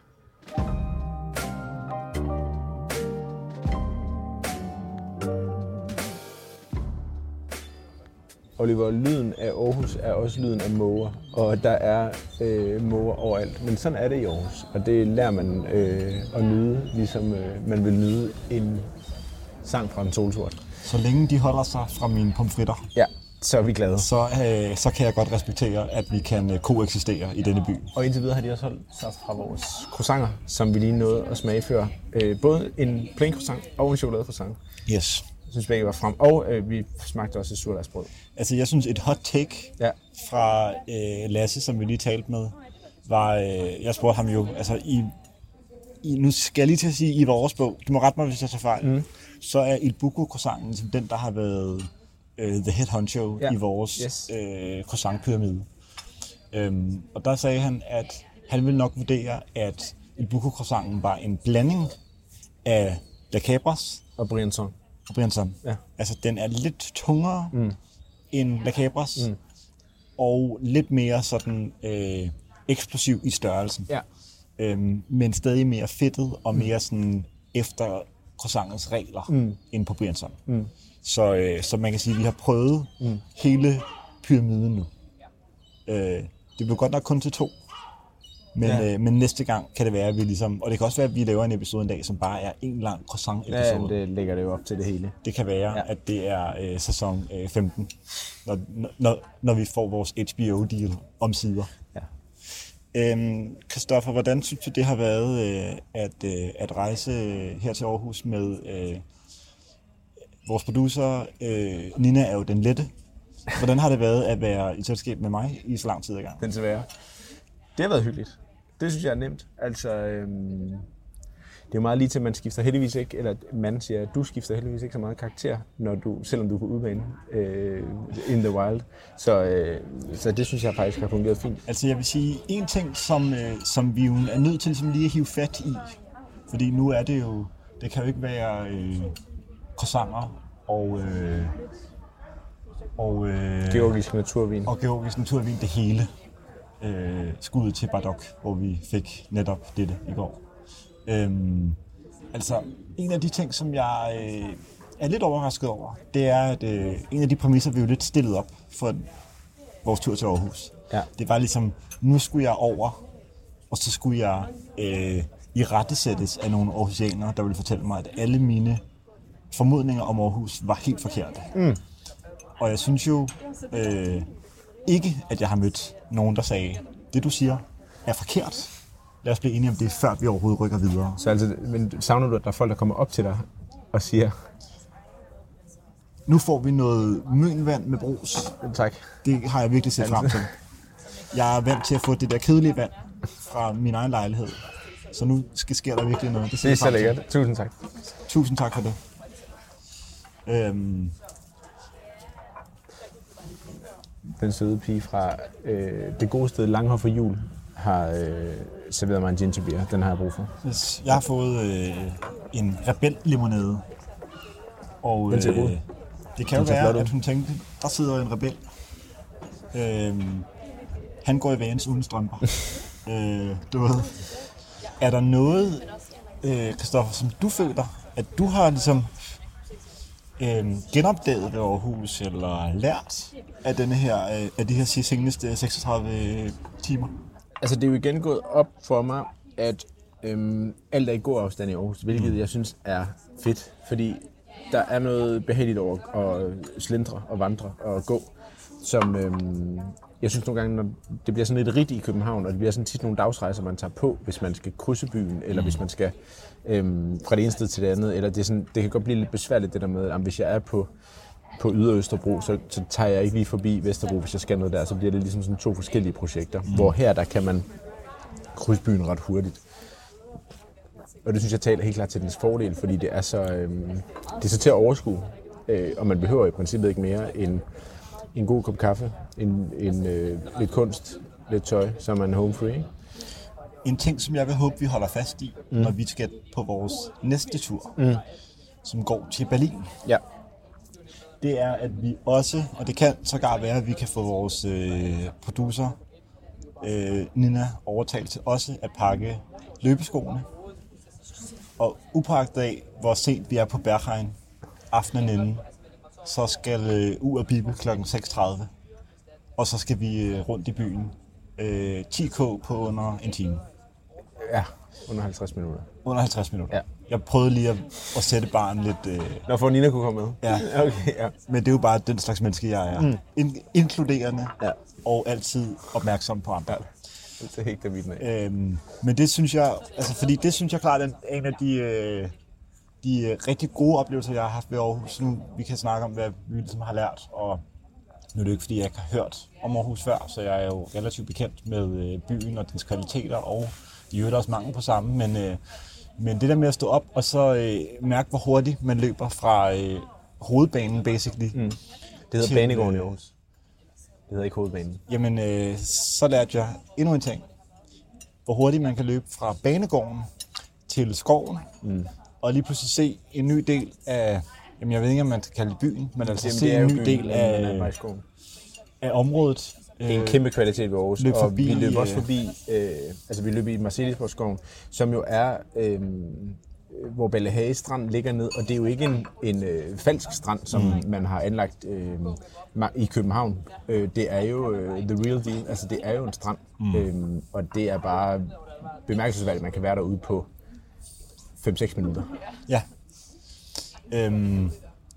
Oliver, lyden af Aarhus er også lyden af måger, og der er øh, måger overalt. Men sådan er det i Aarhus, og det lærer man øh, at nyde, ligesom øh, man vil nyde en sang fra en solsort. Så længe de holder sig fra mine pomfritter, ja, så er vi glade. Så, øh, så kan jeg godt respektere, at vi kan øh, koexistere i denne by. Og indtil videre har de også holdt sig fra vores croissanter, som vi lige nåede at smage før. Øh, både en plain croissant og en chokoladecroissant. Yes. Jeg synes begge var frem, og øh, vi smagte også et surdejsbrød. Altså jeg synes et hot take ja. fra øh, Lasse, som vi lige talte med, var, øh, jeg spurgte ham jo, altså i, i, nu skal jeg lige til at sige i vores bog, du må rette mig, hvis jeg tager fejl, mm. så er Il Buco-croissanten ligesom den, der har været øh, the head honcho ja. i vores yes. øh, croissant-pyramide. Øhm, og der sagde han, at han ville nok vurdere, at Il Buco-croissanten var en blanding af La Cabras og Briançon. Og Briançon. Ja. Altså, den er lidt tungere mm. end La Cabras, mm. og lidt mere sådan øh, eksplosiv i størrelsen. Ja. Øhm, men stadig mere fedtet og mere sådan efter croissantens regler mm. end på Briançon. Mm. Så, øh, så man kan sige, at vi har prøvet mm. hele pyramiden nu. Øh, det blev godt nok kun til to. Men, ja. øh, men næste gang kan det være, at vi ligesom... Og det kan også være, at vi laver en episode en dag, som bare er en lang croissant-episode. Ja, det lægger det jo op til det hele. Det kan være, ja. at det er øh, sæson øh, femten, når, når, når vi får vores H B O-deal om sider. Ja. Øhm, Christoffer, hvordan synes du, det har været øh, at, øh, at rejse her til Aarhus med øh, vores producer? Øh, Nina er jo den lette. Hvordan har det været at være i selskab med mig i så lang tid i gang? Den til være. Det har været hyggeligt. Det synes jeg er nemt. Altså, øhm, det er jo meget lige til, at man skifter heldigvis ikke, eller man siger, at du skifter heldigvis ikke så meget karakter, når du, selvom du er på udbane øh, in the wild. Så, øh, så det synes jeg faktisk har fungeret fint. Altså jeg vil sige, en ting, som, øh, som vi jo er nødt til ligesom lige at hive fat i, fordi nu er det jo, det kan jo ikke være øh, croissanter og... Øh, og øh, Georgisk naturvin. Og georgisk naturvin, det hele. Øh, skuddet til Bardok, hvor vi fik netop dette i går. Øhm, altså, en af de ting, som jeg øh, er lidt overrasket over, det er, at øh, en af de præmisser, vi jo lidt stillet op for vores tur til Aarhus. Ja. Det var ligesom, nu skulle jeg over, og så skulle jeg øh, i rettesættes af nogle aarhusianere, der ville fortælle mig, at alle mine formodninger om Aarhus var helt forkerte. Mm. Og jeg synes jo øh, ikke, at jeg har mødt nogen, der sagde, det du siger er forkert. Lad os blive enige om det, før vi overhovedet rykker videre. Så altså, men savner du, at der er folk, der kommer op til dig og siger... Nu får vi noget mønvand med brus. Tak. Det har jeg virkelig set frem til. Jeg er vant til at få det der kedelige vand fra min egen lejlighed. Så nu skal sker der virkelig noget. Det, det er så lækkert. Tusind tak. Tusind tak for det. Øhm... Den søde pige fra øh, det gode sted Langhoff for jul har øh, serveret mig en ginger beer. Den har jeg brug for. Yes. Jeg har fået øh, en rebel limonade. Og øh, det kan jo være, at hun tænkte, der sidder en rebel. Øh, han går i Vans uden strømper. øh, du ved. Er der noget, øh, Christoffer, som du føler, at du har ligesom øh, genopdaget ved Aarhus, eller lært af, denne her, øh, af de her seneste seksogtredive timer? Altså det er jo igen gået op for mig, at øhm, alt er i god afstand i Aarhus, hvilket mm. jeg synes er fedt, fordi der er noget behageligt over at slendre og vandre og gå, som øhm, jeg synes nogle gange, når det bliver sådan lidt rigt i København, og det bliver sådan tit nogle dagsrejser, man tager på, hvis man skal krydse byen, eller mm. hvis man skal øhm, fra det ene sted til det andet, eller det, er sådan, det kan godt blive lidt besværligt det der med, at hvis jeg er på på Ydre Østerbro, så, så tager jeg ikke lige forbi Vesterbro, hvis jeg skal noget der, så bliver det ligesom sådan to forskellige projekter, mm. hvor her, der kan man krydse byen ret hurtigt. Og det synes jeg taler helt klart til dens fordel, fordi det er så, øhm, det er så til at overskue, øh, og man behøver i princippet ikke mere end en god kop kaffe, en, en, øh, lidt kunst, lidt tøj, så er man home free. En ting, som jeg vil håbe, vi holder fast i, mm. når vi skal på vores næste tur, mm. som går til Berlin. Ja. Det er, at vi også, og det kan sågar være, at vi kan få vores øh, producer, øh, Nina, overtalt til også at pakke løbeskoene. Og upagtet af, hvor sent vi er på Berghain aftenen inden, så skal øh, ud og bibe klokken seks tredive. Og så skal vi øh, rundt i byen. Øh, ti k på under en time. Ja, under halvtreds minutter. Under halvtreds minutter. Ja. Jeg prøvede lige at, at sætte barn lidt... Øh... Nå, for Nina kunne komme med? Ja. Okay, ja. Men det er jo bare den slags menneske, jeg er. Mm. In- inkluderende ja. og altid opmærksom på andre. Ja. Det er helt vildt med. Øhm, men det synes jeg... Altså, fordi det synes jeg klart er en af de, øh, de øh, rigtig gode oplevelser, jeg har haft ved Aarhus. Nu vi kan snakke om, hvad vi ligesom har lært. Og nu er det ikke, fordi jeg ikke har hørt om Aarhus før, så jeg er jo relativt bekendt med øh, byen og dens kvaliteter, og i øvrigt også mange på samme, men... Øh, Men det der med at stå op og så øh, mærke, hvor hurtigt man løber fra øh, hovedbanen, basically. Mm. Det hedder til, Banegården i Aarhus. Det hedder ikke hovedbanen. Jamen, øh, så lærte jeg endnu en ting. Hvor hurtigt man kan løbe fra Banegården til skoven, mm. og lige pludselig se en ny del af, jamen jeg ved ikke, om man kan kalde det byen, men altså jamen, se en ny del af, af området. Det er en kæmpe kvalitet ved Aarhus, løb forbi, og vi løber også forbi, øh, altså vi løber i Marselisborgskoven, som jo er, øh, hvor Bellahage Strand ligger ned, og det er jo ikke en, en øh, falsk strand, som mm. man har anlagt øh, i København. Øh, det er jo øh, the real deal, altså det er jo en strand, mm. øh, og det er bare bemærkelsesværdigt, at man kan være derude på fem seks minutter. Ja. Øhm.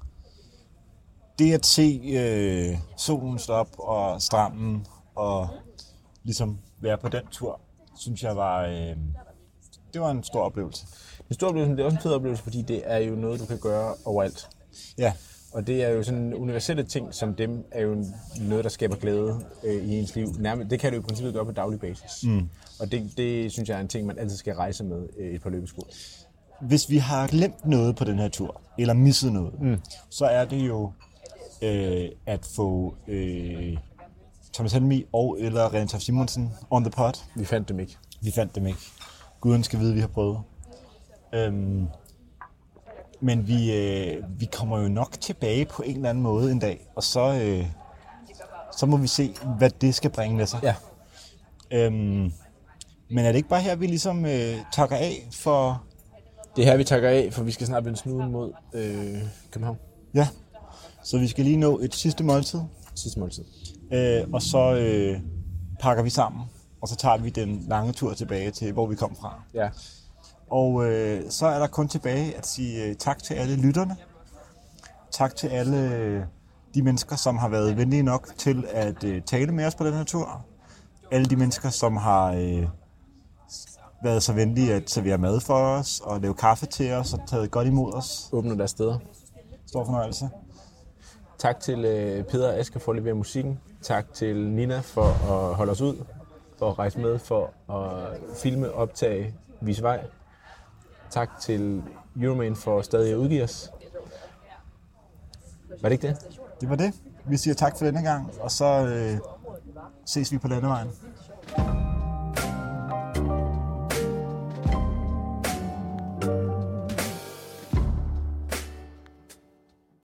Det at se øh, solen stå op og stranden og ligesom være på den tur, synes jeg var, øh, det var en stor oplevelse. En stor oplevelse, men det er også en fed oplevelse, fordi det er jo noget, du kan gøre overalt. Ja. Og det er jo sådan universelle ting, som dem er jo noget, der skaber glæde øh, i ens liv. Nærmest, det kan du jo i princippet gøre på daglig basis. Mm. Og det, det synes jeg er en ting, man altid skal rejse med øh, et par løbesko. Hvis vi har glemt noget på den her tur, eller misset noget, mm. så er det jo øh, at få øh, Thomas Helmig og eller René Toft Simonsen on the pod. Vi fandt dem ikke. Vi fandt dem ikke. Guden skal vide, at vi har prøvet. Øhm, men vi, øh, vi kommer jo nok tilbage på en eller anden måde en dag, og så, øh, så må vi se, hvad det skal bringe med sig. Ja. Øhm, men er det ikke bare her, vi ligesom øh, takker af for... Det er her, vi takker af, for vi skal snart vende snuden mod øh, København. Ja, så vi skal lige nå et sidste måltid. Sidste måltid. Øh, og så øh, pakker vi sammen, og så tager vi den lange tur tilbage til, hvor vi kom fra. Ja. Og øh, så er der kun tilbage at sige øh, tak til alle lytterne. Tak til alle øh, de mennesker, som har været venlige nok til at øh, tale med os på den her tur. Alle de mennesker, som har øh, været så venlige at servere mad for os, og lave kaffe til os, og taget godt imod os. Åbne deres steder. Stor fornøjelse. Tak til øh, Peder og Asger for at levere musikken. Tak til Nina for at holde os ud, for at rejse med, for at filme, optage, vise vej. Tak til Euroman for stadig at udgive os. Var det ikke det? Det var det. Vi siger tak for denne gang, og så øh, ses vi på landevejen.